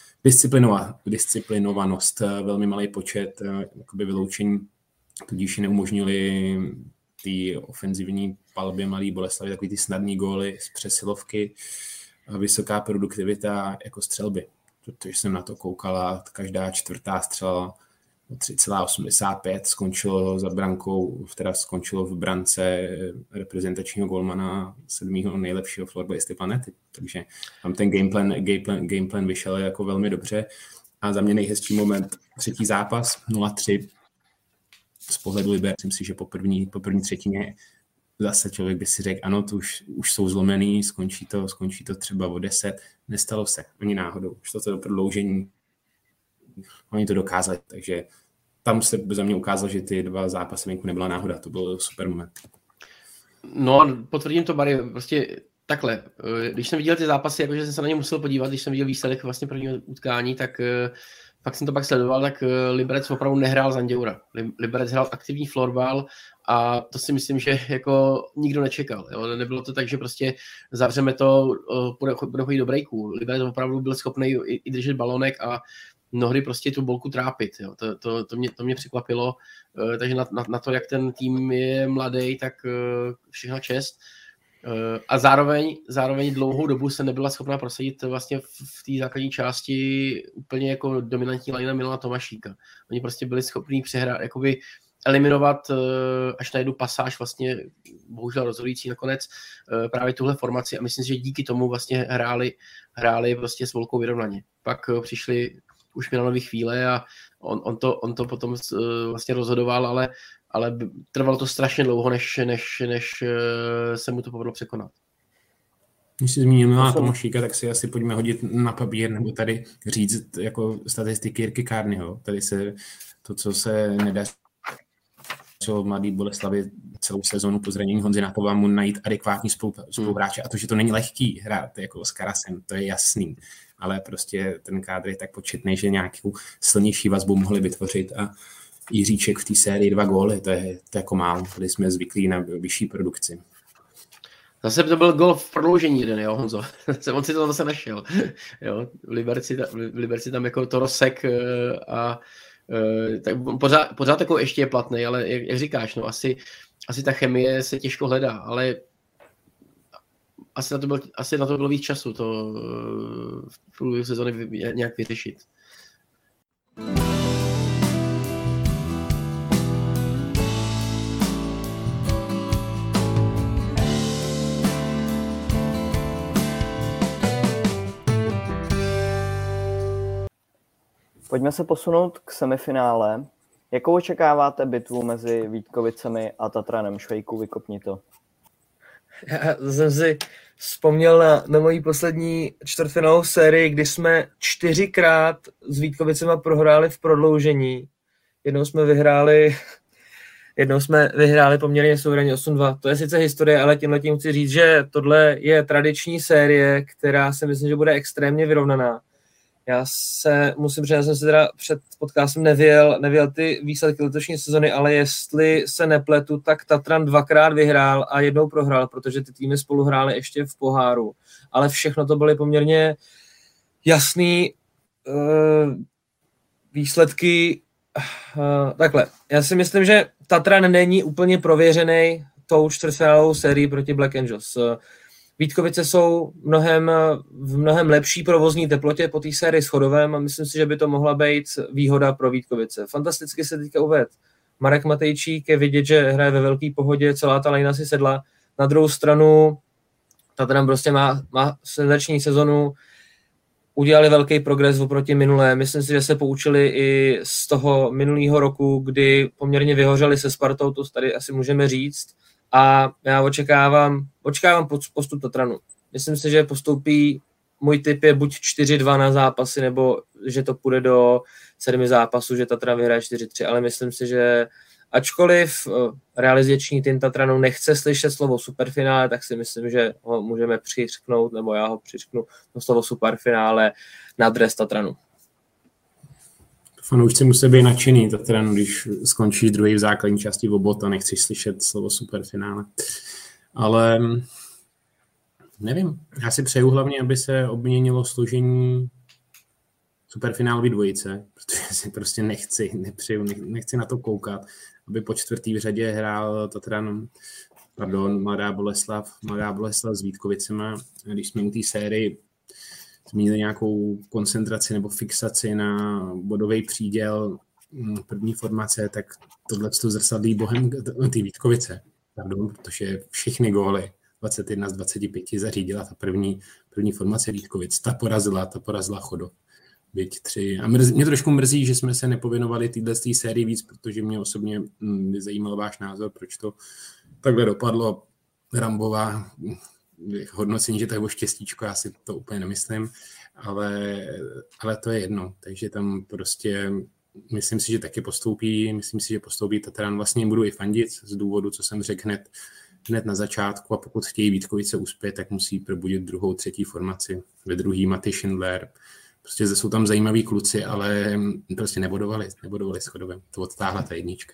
Disciplinovanost, velmi malý počet jakoby vyloučení, tudíž neumožnili ty ofenzivní palby Malý Boleslavy, takový ty snadný góly z přesilovky, vysoká produktivita jako střelby. Protože jsem na to koukala, každá čtvrtá střela tři celá osmdesát pět skončilo za brankou, teda skončilo v brance reprezentačního golmana sedmého nejlepšího florbalisty planety. Takže tam ten gameplan, gameplan, gameplan vyšel jako velmi dobře. A za mě nejhezčí moment, třetí zápas, nula tři z pohledu Liber. Myslím si, že po první, po první třetině zase člověk by si řekl, ano, to už, už jsou zlomený, skončí to, skončí to třeba o deset. Nestalo se, ani náhodou. Šlo to do prodloužení. Oni to dokázali, takže tam se za mě ukázalo, že ty dva zápasy venku nebyla náhoda, to byl super moment. No, potvrdím to, Barry, prostě takhle. Když jsem viděl ty zápasy, jakože jsem se na ně musel podívat, když jsem viděl výsledek vlastně prvního utkání, tak pak jsem to pak sledoval, tak Liberec opravdu nehrál z Anděura. Liberec hrál aktivní florbal a to si myslím, že jako nikdo nečekal. Jo? Nebylo to tak, že prostě zavřeme to, bude chodit do breaku. Liberec opravdu byl schopný i držet balonek a mnohdy prostě tu bolku trápit. Jo. To, to, to, mě, to mě překvapilo. Uh, takže na, na, na to, jak ten tým je mladý, tak uh, všechna čest. Uh, a zároveň, zároveň dlouhou dobu se nebyla schopná prosadit vlastně v, v té základní části úplně jako dominantní lajna Milana Tomašíka. Oni prostě byli schopní přehrát, jakoby eliminovat uh, až na jednu pasáž vlastně bohužel rozhodující nakonec uh, právě tuhle formaci a myslím si, že díky tomu vlastně hráli, hráli prostě s volkou vyrovnaně. Pak uh, přišli už Milanovi chvíle a on, on, to, on to potom uh, vlastně rozhodoval, ale, ale trvalo to strašně dlouho, než, než, než uh, se mu to povedlo překonat. Když jsi zmínil Milana Tomašíka, tak si asi pojďme hodit na papír nebo tady říct jako statistiky Jirky Kárnyho. Tady se to, co se nedaří v Mladý Boleslavi celou sezonu po zranění Honzy Natova mu najít adekvátní spoluhráče a to, že to není lehký hrát jako s Karasem, to je jasný, ale prostě ten kádr je tak početný, že nějakou silnější vazbu mohli vytvořit a Jiříček v té sérii dva góly, to je, to je jako málo, tady jsme zvyklí na vyšší produkci. Zase to byl gól v prodloužení jeden, jo, Honzo. On si to zase našel. Jo, v Liberci, v Liberci tam jako to rozsek a Uh, tak pořád, pořád jako ještě je platný, ale jak, jak říkáš, no asi, asi ta chemie se těžko hledá, ale asi na to, byl, asi na to bylo víc času to uh, v průběhu sezóny nějak vyřešit. Pojďme se posunout k semifinále. Jakou očekáváte bitvu mezi Vítkovicemi a Tatranem? Švejku, vykopni to. Já jsem si vzpomněl na, na moji poslední čtvrtfinálovou sérii, kdy jsme čtyřikrát s Vítkovicema prohráli v prodloužení. Jednou jsme vyhráli, jednou jsme vyhráli poměrně suverénně osm dva. To je sice historie, ale tímhletím chci říct, že tohle je tradiční série, která si myslím, že bude extrémně vyrovnaná. Já se musím říct, já jsem si teda před podcastem nevěděl, nevěděl ty výsledky letošní sezony, ale jestli se nepletu, tak Tatran dvakrát vyhrál a jednou prohrál, protože ty týmy spolu hrály ještě v poháru. Ale všechno to byly poměrně jasný uh, výsledky. Uh, takhle, já si myslím, že Tatran není úplně prověřený tou čtvrtfinálovou sérií proti Black Angels. Uh, Vítkovice jsou mnohem, v mnohem lepší provozní teplotě po té sérii s Chodovem a myslím si, že by to mohla být výhoda pro Vítkovice. Fantasticky se teďka uvedl Marek Matejčík, je vidět, že hraje ve velké pohodě, celá ta lajna si sedla. Na druhou stranu Tatran prostě má, má srdeční sezonu, udělali velký progres oproti minulé. Myslím si, že se poučili i z toho minulého roku, kdy poměrně vyhořeli se Spartou, to tady asi můžeme říct. A já očekávám, očekávám postup Tatranu. Myslím si, že postoupí, můj tip je buď čtyři dva na zápasy, nebo že to půjde do sedmi zápasů, že Tatran vyhraje čtyři tři, ale myslím si, že ačkoliv realizační tým Tatranu nechce slyšet slovo superfinále, tak si myslím, že ho můžeme přiřknout, nebo já ho přiřknu to slovo superfinále na dres Tatranu. Fanoušci musí být nadšený, Tatran, když skončí druhý v základní části obot a nechceš slyšet slovo superfinále. Ale nevím, já si přeju hlavně, aby se obměnilo složení superfinálové dvojice, protože si prostě nechci, nepřeju, nechci na to koukat, aby po čtvrtý v řadě hrál Tatran, pardon, Mladá Boleslav, Mladá Boleslav s Vítkovicema, když jsme u té sérii zmínili nějakou koncentraci nebo fixaci na bodový příděl první formace, tak tohle to zrcadlí bohem ty Vítkovice. Pardon, protože všechny góly dvacet jedna z dvaceti pěti zařídila ta první, první formace Vítkovic. Ta porazila, ta porazila Chodov. Byť tři. A mrzí, mě trošku mrzí, že jsme se nepověnovali téhle sérii víc, protože mě osobně by zajímal váš názor, proč to takhle dopadlo. Rambová hodnocení, že to je o štěstíčko, já si to úplně nemyslím, ale, ale to je jedno. Takže tam prostě myslím si, že taky postoupí, myslím si, že postoupí Tatran. Vlastně budu i fandit z důvodu, co jsem řekl hned, hned na začátku, a pokud chtějí Vítkovice uspět, tak musí probudit druhou, třetí formaci. Ve druhý Maty Schindler. Prostě jsou tam zajímaví kluci, ale prostě nebodovali, nebodovali s Chodovem. To odtáhla ta jednička.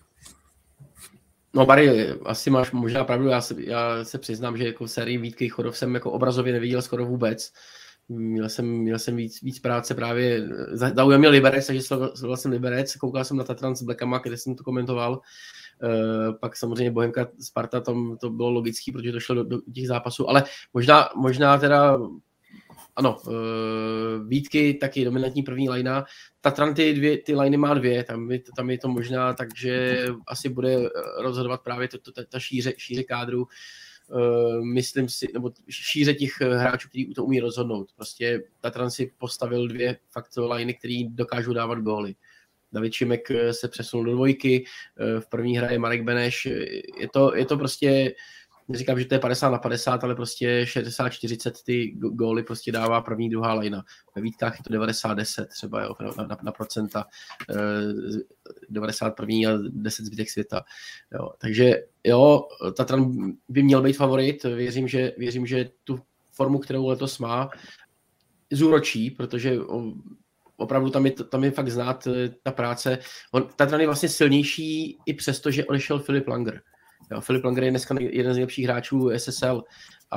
No Barry, asi máš možná pravdu, já se, já se přiznám, že jako v sérii Vítky Chodov jsem jako obrazově neviděl skoro vůbec. Měl jsem, měl jsem víc, víc práce právě, zaujal mě Liberec, takže sledoval jsem Liberec, koukal jsem na Tatran s Blackama, kde jsem to komentoval. Uh, pak samozřejmě Bohemka Sparta, tam to bylo logický, protože to šlo do, do těch zápasů, ale možná, možná teda ano, uh, Vítky taky dominantní první lajna. Tatran ty, dvě, ty lajny má dvě, tam je, tam je to možná, takže asi bude rozhodovat právě to, to, ta šíře, šíře kádru. Uh, myslím si, nebo šíře těch hráčů, kteří to umí rozhodnout. Prostě Tatran si postavil dvě fakt lajny, který dokážou dávat góly. David Šimek se přesunul do dvojky, v první hraje Marek Beneš. Je to, je to prostě, neříkám, že to je padesát na padesát, ale prostě šedesát čtyřicet ty góly prostě dává první, druhá lajna. Ve Vítkách je to devadesát deset třeba, jo, na, na, na procenta, devadesát první a deset zbytek světa. Jo. Takže jo, Tatran by měl být favorit, věřím, že, věřím, že tu formu, kterou letos má, zúročí, protože opravdu tam je, tam je fakt znát ta práce. On, Tatran je vlastně silnější i přesto, že odešel Filip Langer. Jo, Filip Langer je dneska jeden z nejlepších hráčů S S L a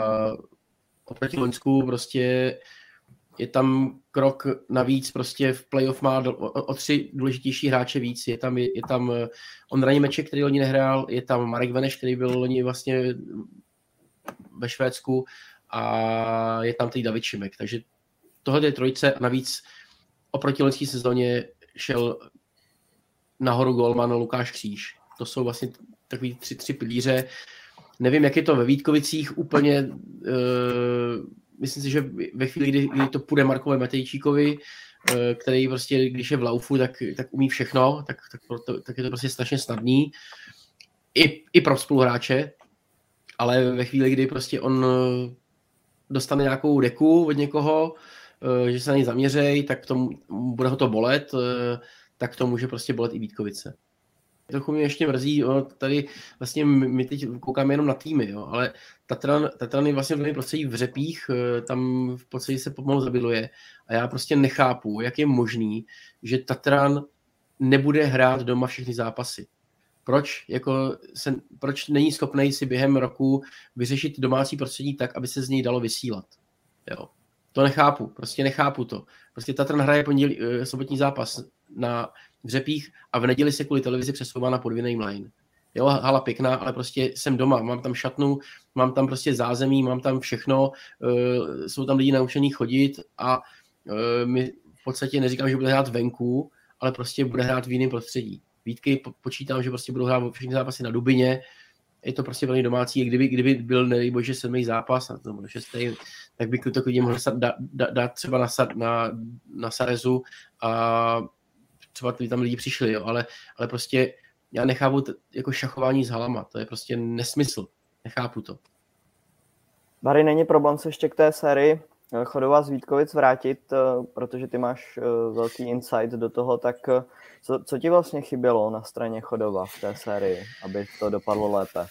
oproti Loňsku prostě je tam krok navíc, prostě v playoff má do, o, o tři důležitější hráče víc. Je tam, je, je tam Ondra Němeček, který loni nehrál, je tam Marek Veneš, který byl loni vlastně ve Švédsku, a je tam tady David Šimek. Takže tohle je trojice a navíc oproti loňské sezóně šel nahoru golman Lukáš Kříž. To jsou vlastně takový tři, tři pilíře. Nevím, jak je to ve Vítkovicích úplně. Uh, myslím si, že ve chvíli, kdy, kdy to půjde Markovi Matejčíkovi, uh, který prostě, když je v laufu, tak, tak umí všechno, tak, tak, to, tak je to prostě strašně snadný. I, i pro spoluhráče, ale ve chvíli, kdy prostě on dostane nějakou deku od někoho, že se na něj zaměřej, tak to, bude ho to bolet, tak to může prostě bolet i Vítkovice. trochu mě ještě mrzí, jo, tady vlastně my teď koukáme jenom na týmy, jo, ale Tatran, Tatran je vlastně v prostředí v Řepích, tam v podstatě se pomalu zabydluje a já prostě nechápu, jak je možný, že Tatran nebude hrát doma všechny zápasy. Proč, jako se, proč není schopný si během roku vyřešit domácí prostředí tak, aby se z něj dalo vysílat? Jo. To nechápu, prostě nechápu to. Prostě Tatran hraje pondělí, sobotní zápas na v Řepích a v neděli se kvůli televizi přesouvá na podvěnej mlejn. Jo, hala pěkná, ale prostě jsem doma, mám tam šatnu, mám tam prostě zázemí, mám tam všechno, uh, jsou tam lidi naučení chodit a uh, my v podstatě neříkám, že bude hrát venku, ale prostě bude hrát v jiném prostředí. Vítky po- počítám, že prostě budou hrát všechny zápasy na Dubině, je to prostě velmi domácí, kdyby, kdyby byl, nedej bože, sedmý zápas, nebo šestý, tak by to klidně mohl dát, dát třeba na, na, na Sarezu a třeba tam lidi přišli, jo, ale, ale prostě já nechápu t- jako šachování s halama, to je prostě nesmysl, nechápu to. Barry, není problém se ještě k té sérii Chodova z Vítkovic vrátit, protože ty máš velký insight do toho, tak co, co ti vlastně chybělo na straně Chodova v té sérii, aby to dopadlo lépe?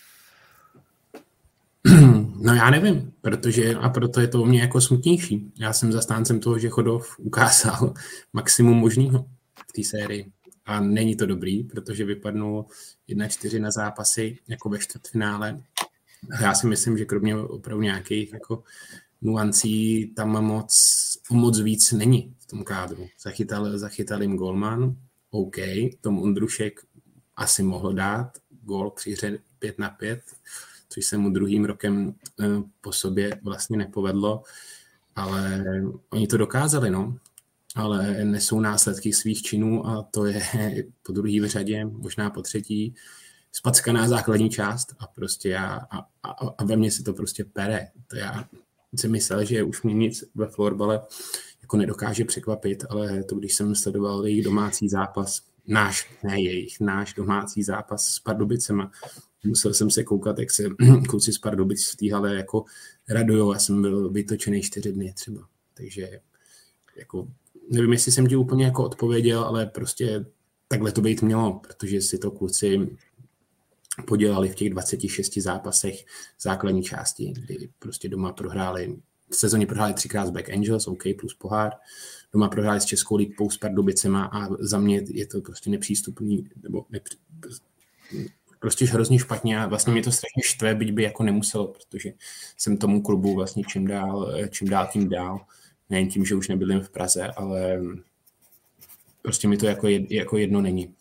No já nevím, protože a proto je to u mě jako smutnější. Já jsem zastáncem toho, že Chodov ukázal maximum možného v té sérii. A není to dobrý, protože vypadnul jedna čtyři na zápasy jako ve čtvrtfinále. Já si myslím, že kromě opravdu nějakých jako nuancí tam moc, moc víc není v tom kádru. Zachytal, zachytal jim golman, OK, Tom Ondrušek asi mohl dát gól při hře pět na pět, což se mu druhým rokem po sobě vlastně nepovedlo, ale oni to dokázali, no. Ale nesou následky svých činů a to je po druhý v řadě, možná po třetí, spackaná základní část a prostě já, a, a, a ve mně se to prostě pere. To já jsem myslel, že už mě nic ve florbale jako nedokáže překvapit, ale to, když jsem sledoval jejich domácí zápas, náš, ne jejich, náš domácí zápas s Pardubicema, musel jsem se koukat, jak se kluci z Pardubic v té hale jako radujou a jsem byl vytočený čtyři dny třeba. Takže jako nevím, jestli jsem ti úplně jako odpověděl, ale prostě takhle to být mělo, protože si to kluci podělali v těch dvaceti šesti zápasech základní části, kdy prostě doma prohráli, v sezóně prohráli třikrát s Black Angels, OK, plus pohár, doma prohráli s Českou ligou s Pardubicema a za mě je to prostě nepřístupný, nebo nepří, prostě hrozně špatně a vlastně mě to strašně štve, byť by jako nemuselo, protože jsem tomu klubu vlastně čím dál, čím dál tím dál, nejen tím, že už nebyli v Praze, ale prostě mi to jako, jed, jako jedno není.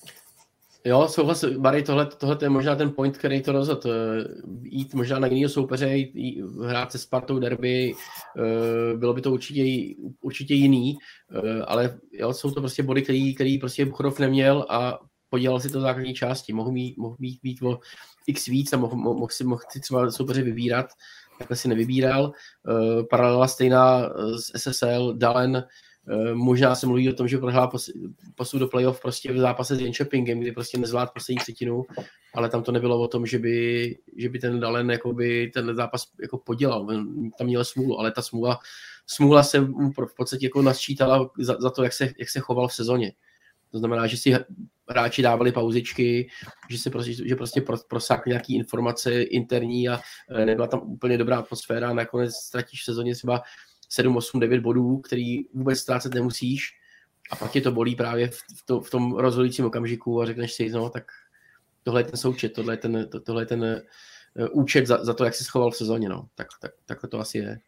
Jo, souhlas, Barry, tohle, tohle je možná ten point, který to rozhodl. Jít možná na jiného soupeře, jít, jít, hrát se Spartou derby, bylo by to určitě, určitě jiný, ale jo, jsou to prostě body, který, který prostě Chodov neměl a podělal si to základní části. Mohl mít, mohl mít, mít o x víc a mohl, mohl, si, mohl si třeba soupeře vybírat, takhle si nevybíral. Paralela stejná s S S L, Dalen, možná se mluví o tom, že prohrál postup do playoff prostě v zápase s Jönköpingem, kdy prostě nezvládl poslední třetinu, ale tam to nebylo o tom, že by, že by ten Dalen jakoby ten zápas jako podělal. Tam měl smůlu, ale ta smůla, smůla se mu v podstatě jako nasčítala za, za to, jak se, jak se choval v sezóně. To znamená, že si hráči dávali pauzičky, že se prostě, že prostě prosákli nějaké informace interní a nebyla tam úplně dobrá atmosféra a nakonec ztratíš v sezóně třeba sedm, osm, devět bodů, který vůbec ztrácet nemusíš a pak tě to bolí právě v, to, v tom rozhodujícím okamžiku a řekneš si, no tak tohle je ten součet, tohle je ten, to, tohle je ten uh, účet za, za to, jak jsi schoval v sezóně, no. Tak, tak, takhle to asi je.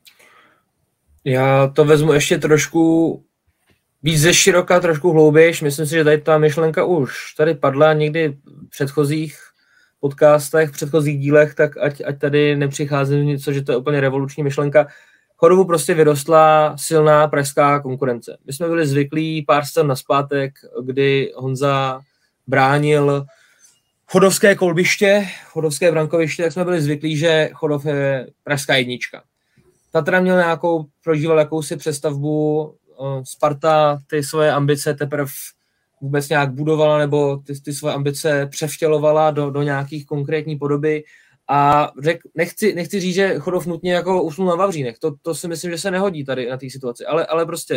Já to vezmu ještě trošku víc ze široka, trošku hloubějš. Myslím si, že tady ta myšlenka už tady padla někdy v předchozích podcastech, v předchozích dílech, tak ať, ať tady nepřichází něco, že to je úplně revoluční myšlenka. Chodovu prostě vyrostla silná pražská konkurence. My jsme byli zvyklí pár scén nazpátek, kdy Honza bránil chodovské kolbiště, chodovské brankoviště, tak jsme byli zvyklí, že Chodov je pražská jednička. Tatra měl nějakou, prožíval jakousi přestavbu, Sparta ty svoje ambice teprve vůbec nějak budovala, nebo ty, ty svoje ambice převtělovala do, do nějakých konkrétní podoby. A řek, nechci, nechci říct, že Chodov nutně jako usnul na Vavřínech. To, to si myslím, že se nehodí tady na té situaci. Ale, ale prostě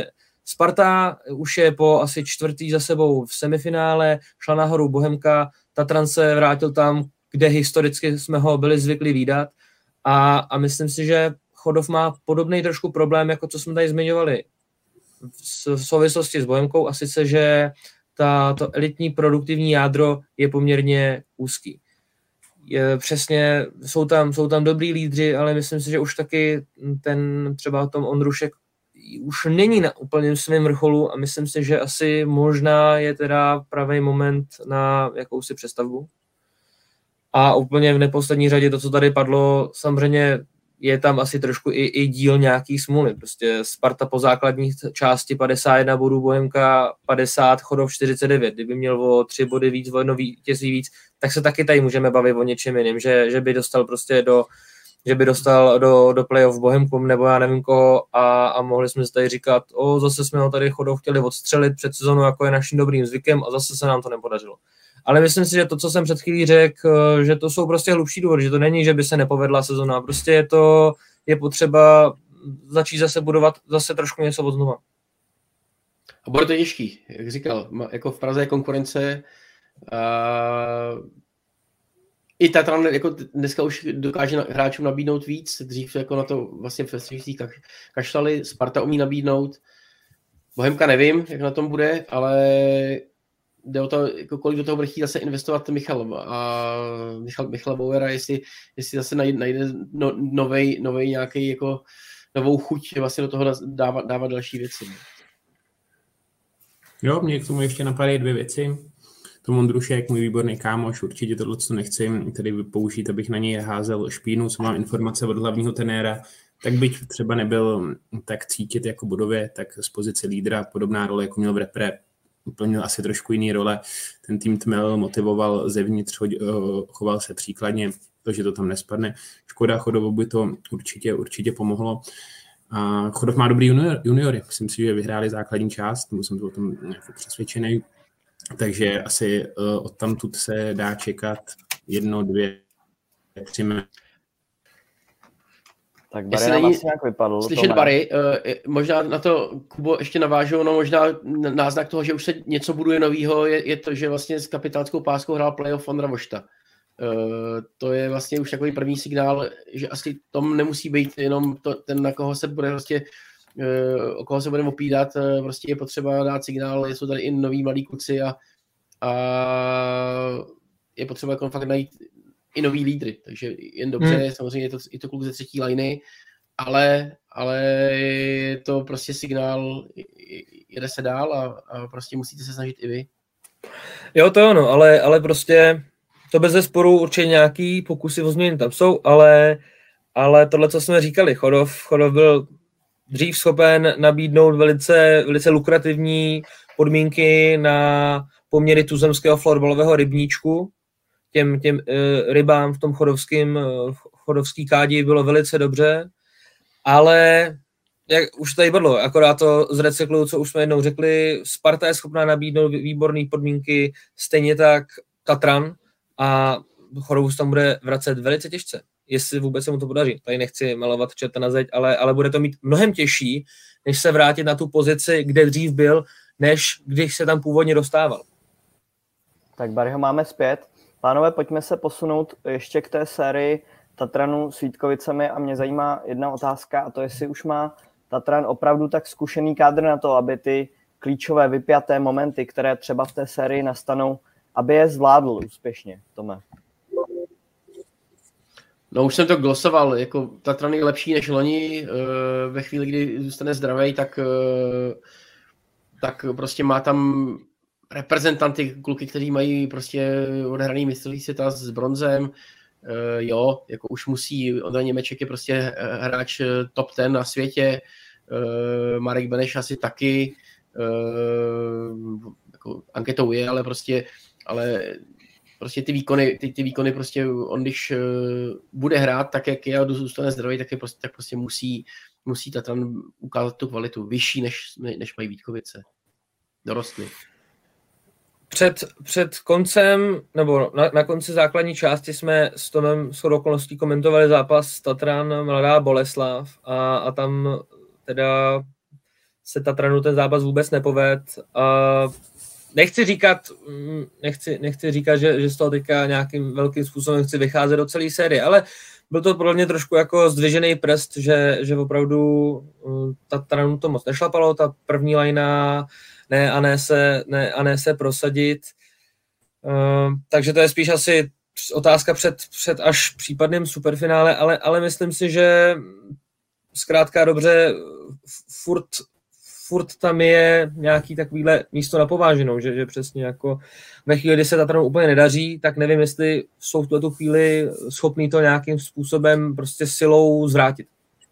Sparta už je po asi čtvrtý za sebou v semifinále, šla nahoru Bohemka, Tatran se vrátil tam, kde historicky jsme ho byli zvyklí vídat a, a myslím si, že Chodov má podobný trošku problém, jako co jsme tady zmiňovali v souvislosti s Bohemkou, a sice, že ta, to elitní produktivní jádro je poměrně úzký. Je, přesně, jsou tam, jsou tam dobrý lídři, ale myslím si, že už taky ten třeba Tom Ondrušek už není na úplném svém vrcholu a myslím si, že asi možná je teda pravý moment na jakousi přestavbu. A úplně v neposlední řadě to, co tady padlo, samozřejmě je tam asi trošku i, i díl nějaký smůly. Prostě Sparta po základní části padesát jedna bodů, Bohemka padesát, Chodov čtyřicet devět. Kdyby měl o tři body víc, o jedno vítězství víc, tak se taky tady můžeme bavit o něčem jiném, že, že by dostal prostě do že by dostal do, do playoff Bohemku nebo já nevím koho a, a mohli jsme si tady říkat, o, zase jsme ho tady Chodov chtěli odstřelit před sezónou, jako je naším dobrým zvykem a zase se nám to nepodařilo. Ale myslím si, že to, co jsem před chvílí řekl, že to jsou prostě hlubší důvody, že to není, že by se nepovedla sezona. Prostě je to, je potřeba začít zase budovat zase trošku něco od znova. A bude to těžký, jak říkal, jako v Praze je konkurence. Uh, I Tatran jako dneska už dokáže hráčům nabídnout víc, dřív jako na to vlastně v střižcích kašlali, Sparta umí nabídnout. Bohemka nevím, jak na tom bude, ale jde o to, jako kolik do toho bude chtít zase investovat Michal a Michal, Michal Bauera, jestli, jestli zase najde, najde no, novej, novej nějaký jako novou chuť vlastně do toho dávat, dávat další věci. Jo, mě k tomu ještě napadají dvě věci. Tom Ondrušek, můj výborný kámoš, určitě tohle, co nechci tedy použít, abych na něj házel špínu, co mám informace od hlavního trenéra, tak byť třeba nebyl tak cítit jako bodově, tak z pozice lídra podobná role, jako měl v repre, plnil asi trošku jiný role. Ten tým tmel, motivoval zevnitř, choval se příkladně, to, že to tam nespadne. Škoda, Chodovu by to určitě, určitě pomohlo. A Chodov má dobrý junior, juniory, myslím si, že vyhráli základní část, nebo jsem to o tom jako přesvědčený. Takže asi uh, odtamtud se dá čekat jedno, dvě, tři. Tak Barry nám asi nějak vypadl. Slyšet Barry, uh, možná na to, Kubo, ještě navážu, no možná náznak toho, že už se něco buduje novýho, je, je to, že vlastně s kapitánskou páskou hrál playoff Ondra Vošta. Uh, to je vlastně už takový první signál, že asi tom nemusí být jenom to, ten, na koho se bude prostě Uh, o koho se budeme opídat, uh, prostě je potřeba dát signál, jsou tady i noví malí kluci a, a je potřeba jako fakt najít i nový lídry, takže jen dobře, hmm. samozřejmě je to, je to kluk ze třetí liny, ale, ale je to prostě signál, jede se dál a, a prostě musíte se snažit i vy. Jo, to ano, ale, ale prostě to bez zesporu určitě nějaký pokusy o změny tam jsou, ale, ale tohle, co jsme říkali, Chodov, Chodov byl dřív schopen nabídnout velice, velice lukrativní podmínky na poměry tuzemského florbalového rybníčku. Těm, těm uh, rybám v tom chodovském uh, chodovský kádi bylo velice dobře, ale jak už tady bylo, akorát to zrecykluju, co už jsme jednou řekli, Sparta je schopná nabídnout výborné podmínky, stejně tak Tatran a Chodovus tam bude vracet velice těžce. Jestli vůbec se mu to podaří. Tady nechci malovat čerta na zeď, ale, ale bude to mít mnohem těžší, než se vrátit na tu pozici, kde dřív byl, než když se tam původně dostával. Tak Barryho máme zpět. Pánové, pojďme se posunout ještě k té sérii Tatranu s Vítkovicemi a mě zajímá jedna otázka a to jestli už má Tatran opravdu tak zkušený kádr na to, aby ty klíčové vypjaté momenty, které třeba v té sérii nastanou, aby je zvládl úspěšně. Tome. No už jsem to glosoval, jako Tatran je lepší než loni, ve chvíli, kdy zůstane zdravý, tak, tak prostě má tam reprezentanty, kluky, kteří mají prostě odehraný mistrovství světa s bronzem, jo, jako už musí, Ondra Němeček je prostě hráč top ten na světě, Marek Beneš asi taky, jako anketou je, ale prostě, ale prostě ty výkony, ty, ty výkony prostě on, když uh, bude hrát tak, jak je a zůstane zdravý, tak, je prostě, tak prostě musí, musí Tatran ukázat tu kvalitu vyšší, než, než mají Vítkovice. Dorostli. Před, před koncem, nebo na, na konci základní části jsme s Tomem shodou okolností komentovali zápas Tatran Mladá Boleslav a, a tam teda se Tatranu ten zápas vůbec nepoved. Uh, nechci říkat, nechci, nechci říkat, že, že z toho teďka nějakým velkým způsobem chci vycházet do celé série, ale byl to pro mě trošku jako zdvižený prst, že, že opravdu uh, Tatranu to moc nešlapalo, ta první lajna ne a ne se, ne, a ne se prosadit. Uh, takže to je spíš asi otázka před, před až případným superfinále, ale, ale myslím si, že zkrátka dobře furt, furt tam je nějaký takovýhle místo na pováženou, že, že přesně jako ve chvíli, kdy se Tatranu úplně nedaří, tak nevím, jestli jsou v tuto chvíli schopní to nějakým způsobem prostě silou zvrátit.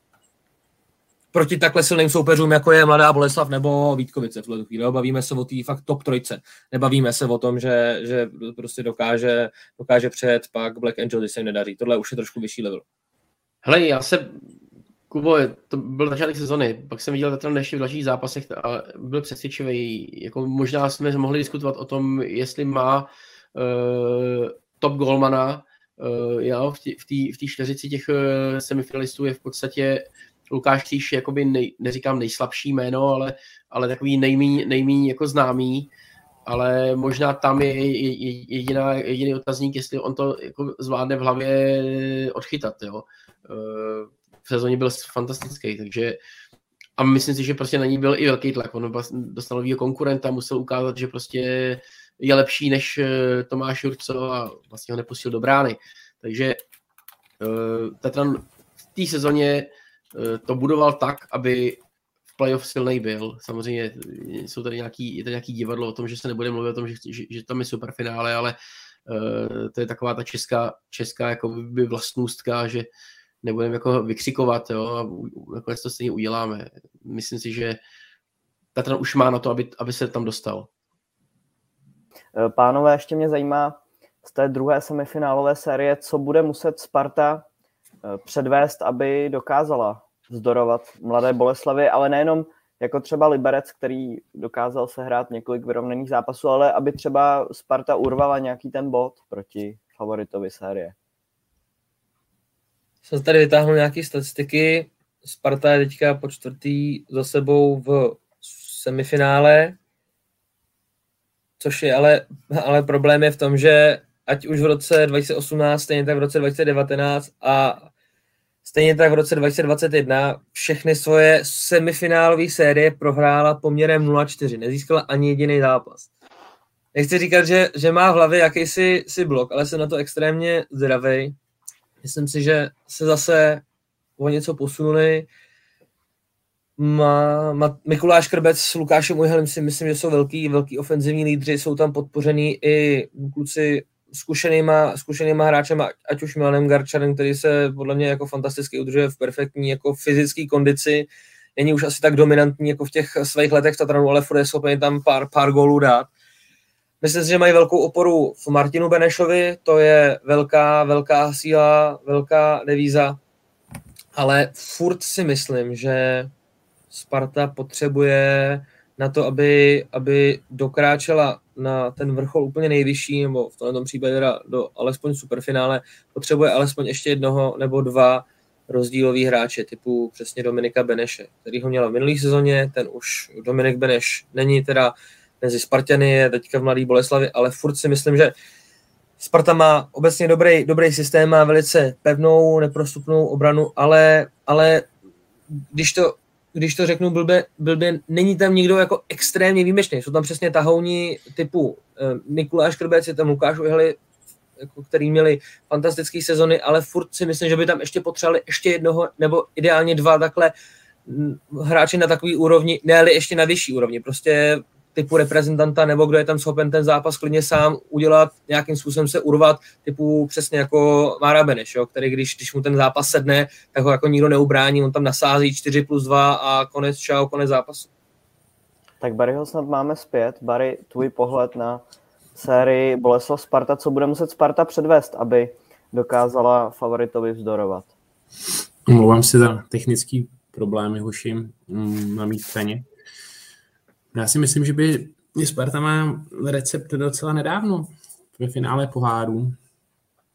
Proti takhle silným soupeřům, jako je Mladá Boleslav nebo Vítkovice v tuto chvíli. Bavíme se o té fakt top trojce. Nebavíme se o tom, že, že prostě dokáže, dokáže přejet pak Black Angel, když se jim nedaří. Tohle už je trošku vyšší level. Hele, já se, Kubo, to byl začátek sezony, pak jsem viděl Tatran ještě v dalších zápasech a byl přesvědčivý. Jako možná jsme mohli diskutovat o tom, jestli má uh, top golmana. Uh, jo, v té čtyřici těch uh, semifinalistů je v podstatě Lukáš Kříž, jakoby nej, neříkám nejslabší jméno, ale, ale takový nejmíň, nejmíň jako známý, ale možná tam je jediná, jediný otazník, jestli on to jako zvládne v hlavě odchytat. Jo. V sezóně byl fantastický, takže a myslím si, že prostě na ní byl i velký tlak. On dostal novýho konkurenta, musel ukázat, že prostě je lepší než Tomáš Jurco a vlastně ho nepustil do brány. Takže Tatran v té sezóně to budoval tak, aby v playoff silnej byl. Samozřejmě jsou tady nějaký, je tady nějaký divadlo o tom, že se nebude mluvit o tom, že, že, že tam je superfinále, ale uh, to je taková ta česká, česká jako by vlastnůstka, že nebudeme jako vykřikovat, jo, a nakonec to stejně uděláme. Myslím si, že Tatran už má na to, aby, aby se tam dostal. Pánové, ještě mě zajímá z té druhé semifinálové série, co bude muset Sparta předvést, aby dokázala vzdorovat Mladé Boleslavi, ale nejenom jako třeba Liberec, který dokázal sehrát několik vyrovnaných zápasů, ale aby třeba Sparta urvala nějaký ten bod proti favoritovi série. Jsem tady vytáhnul nějaké statistiky. Sparta je teďka po čtvrtý za sebou v semifinále, což je ale, ale problém je v tom, že ať už v roce dva tisíce osmnáct, stejně tak v roce dva tisíce devatenáct a stejně tak v roce dva tisíce dvacet jedna všechny svoje semifinálové série prohrála poměrem nula čtyři. Nezískala ani jediný zápas. Nechci říkat, že, že má v hlavě jakýsi si blok, ale jsem na to extrémně zdravej. Myslím si, že se zase o něco posunuli. Má, má Mikuláš Krbec s Lukášem Ujhelem si myslím, že jsou velký, velký ofenzivní lídři, jsou tam podpořený i kluci zkušenýma, zkušenýma hráčema, ať už Milanem Garčarem, který se podle mě jako fantasticky udržuje v perfektní jako fyzické kondici. Není už asi tak dominantní jako v těch svých letech v Tatranu, ale furt je schopný tam pár, pár gólů dát. Myslím si, že mají velkou oporu v Martinu Benešovi, to je velká, velká síla, velká devíza, ale furt si myslím, že Sparta potřebuje na to, aby, aby dokráčela na ten vrchol úplně nejvyšší, nebo v tomto případě teda do alespoň superfinále, potřebuje alespoň ještě jednoho nebo dva rozdílový hráče, typu přesně Dominika Beneše, který ho měla v minulý sezóně, ten už Dominik Beneš není teda mezi Spartany, je teďka v Mladé Boleslavi, ale furt si myslím, že Sparta má obecně dobrý, dobrý systém, má velice pevnou, neprostupnou obranu, ale, ale když to když to řeknu blbě, blbě, není tam nikdo jako extrémně výjimečný. Jsou tam přesně tahouni typu eh, Mikuláš Krbec, je tam Lukáš Ujhely, jako, který měli fantastické sezony, ale furt si myslím, že by tam ještě potřebovali ještě jednoho nebo ideálně dva takhle hráči na takový úrovni, ne-li ještě na vyšší úrovni. Prostě typu reprezentanta, nebo kdo je tam schopen ten zápas klidně sám udělat, nějakým způsobem se urvat, typu přesně jako Mára Beneš, jo, který když, když mu ten zápas sedne, tak ho jako nikdo neubrání, on tam nasází čtyři plus dva a konec, čau, konec zápasu. Tak Barryho snad máme zpět. Barry, tvůj pohled na sérii Boleslav Sparta, co bude muset Sparta předvést, aby dokázala favoritovi vzdorovat? Omlouvám se za technický problémy, hoši, na mít peně. Já si myslím, že by Sparta má recept docela nedávno ve finále poháru.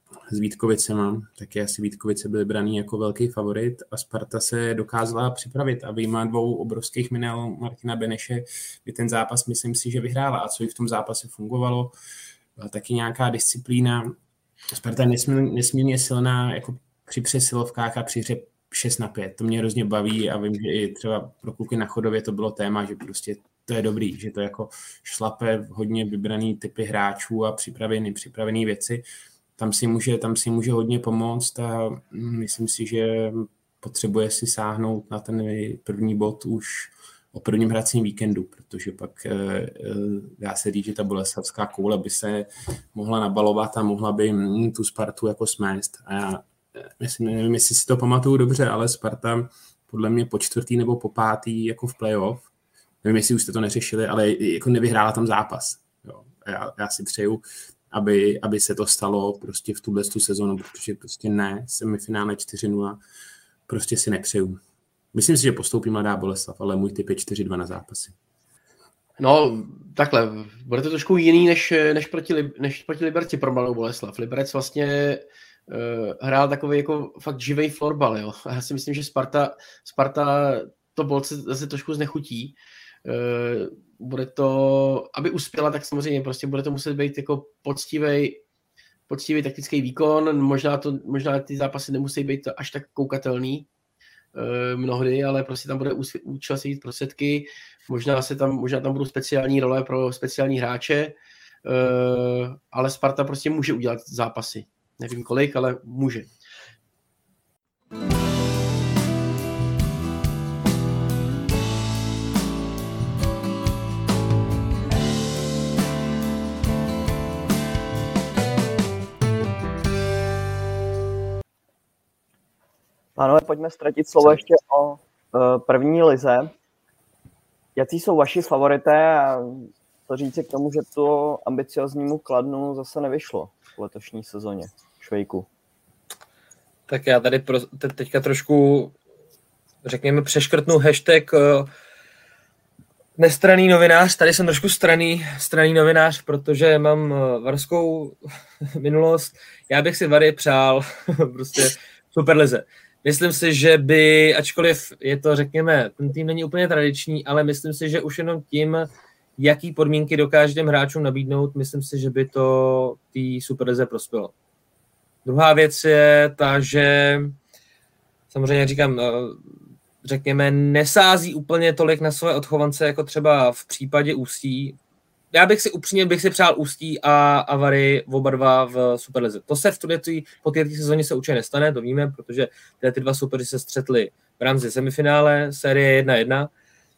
s Vítkovicema, taky asi Vítkovice byly braný jako velký favorit a Sparta se dokázala připravit a vyjma dvou obrovských minel Martina Beneše by ten zápas, myslím si, že vyhrála. A co i v tom zápase fungovalo, byla taky nějaká disciplína. Sparta je nesmírně, nesmírně silná jako při přesilovkách a při hře šest na pět. To mě hrozně baví a vím, že i třeba pro kluky na Chodově to bylo téma, že prostě to je dobrý, že to jako šlape hodně vybraný typy hráčů a připravený, připravený věci. Tam si, může, tam si může hodně pomoct a myslím si, že potřebuje si sáhnout na ten první bod už o prvním hracím víkendu, protože pak dá se říct, že ta boleslavská koule by se mohla nabalovat a mohla by tu Spartu jako smést. A já myslím, nevím, jestli si to pamatuju dobře, ale Sparta podle mě po čtvrtý nebo po pátý jako v playoff, nevím, jestli už jste to neřešili, ale jako nevyhrála tam zápas. Jo. Já, já si přeju, aby, aby se to stalo prostě v tuhle tu sezonu, protože prostě ne, semifinále čtyři nula, prostě si nepřeju. Myslím si, že postoupí Mladá Boleslav, ale můj tip je čtyři dva na zápasy. No, takhle, bude to trošku jiný než, než, proti, než proti Liberci pro Mladou Boleslav. Liberec vlastně uh, hrál takový jako fakt živej florbal, jo. A já si myslím, že Sparta, Sparta to bolce zase trošku znechutí. Uh, bude to, aby uspěla, tak samozřejmě prostě bude to muset být jako poctivý, poctivý taktický výkon, možná, to, možná ty zápasy nemusí být až tak koukatelný uh, mnohdy, ale prostě tam bude účel se jít prostředky, možná, se tam, možná tam budou speciální role pro speciální hráče, uh, ale Sparta prostě může udělat zápasy. Nevím kolik, ale může. Pánové, pojďme ztratit slovo ještě o uh, první lize. Jací jsou vaši favorité a to říci k tomu, že to ambicioznímu Kladnu zase nevyšlo v letošní sezóně. Švejku. Tak já tady pro, te, teďka trošku, řekněme, přeškrtnu hashtag uh, nestranný novinář. Tady jsem trošku straný, straný novinář, protože mám uh, varskou minulost. Já bych si Vary přál prostě Superlize. Myslím si, že by, ačkoliv je to, řekněme, ten tým není úplně tradiční, ale myslím si, že už jenom tím, jaký podmínky dokáže těm hráčům nabídnout, myslím si, že by to té Superlize prospělo. Druhá věc je ta, že samozřejmě, jak říkám, řekněme, nesází úplně tolik na své odchovance, jako třeba v případě Ústí. Já bych si upřímně bych si přál Ústí a, a Vary oba dva v Superlize. To se v tuto po této sezóně se určitě nestane, to víme, protože tyhle ty dva supery se střetly v rámci semifinále, série jedna jedna.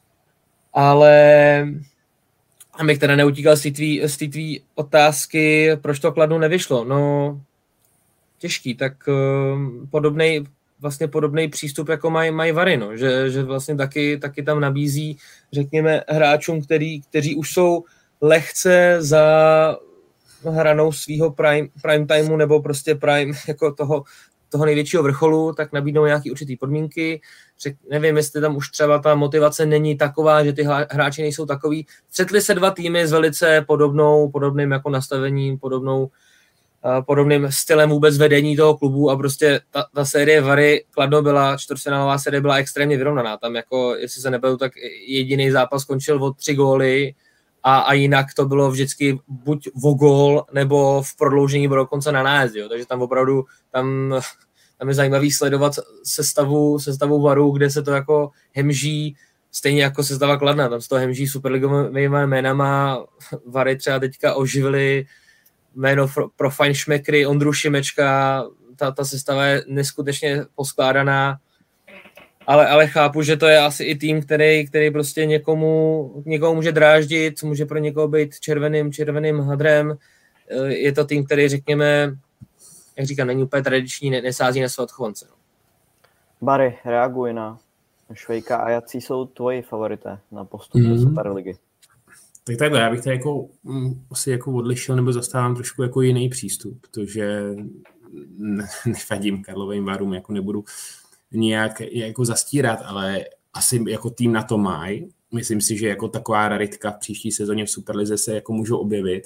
Ale abych teda neutíkal z té tvý otázky, proč to Kladnu nevyšlo. No, těžký, tak uh, podobnej, vlastně podobný přístup, jako mají maj Vary, no. že, že vlastně taky, taky tam nabízí, řekněme, hráčům, který, kteří už jsou lehce za hranou svýho prime, prime timeu nebo prostě prime jako toho, toho největšího vrcholu, tak nabídnou nějaké určitý podmínky. Řek, nevím, jestli tam už třeba ta motivace není taková, že ty hráči nejsou takový. Střetli se dva týmy s velice podobnou, podobným jako nastavením, podobnou, uh, podobným stylem vůbec vedení toho klubu a prostě ta, ta série Vary Kladno byla, čtvrtfinálová série byla extrémně vyrovnaná. Tam jako, jestli se nebyl, tak jediný zápas skončil o tři góly, A, a jinak to bylo vždycky buď o gól, nebo v prodloužení nebo dokonce na nájezd. Jo. Takže tam opravdu tam, tam je zajímavý sledovat sestavu, sestavu Varu, kde se to jako hemží, stejně jako sestava Kladna. Tam se to hemží superligovými jménama. Vary třeba teďka oživili jméno pro, pro fajnšmekry, Ondru Šimečka. Ta, ta sestava je neskutečně poskládaná. Ale, ale chápu, že to je asi i tým, který, který prostě někomu, někomu může dráždit, může pro někoho být červeným, červeným hadrem. Je to tým, který, řekněme, jak říkám, není úplně tradiční, nesází na své odchovance. Barry, reaguj na Švejka a jací jsou tvoji favorité na postup do mm. Superligy? Tak takhle, já bych tady jako, um, asi jako odlišil nebo zastávám trošku jako jiný přístup, protože nefadím Karlovým Varům, jako nebudu nějak jako zastírat, ale asi jako tým na to mají. Myslím si, že jako taková raritka v příští sezóně v Superlize se jako můžou objevit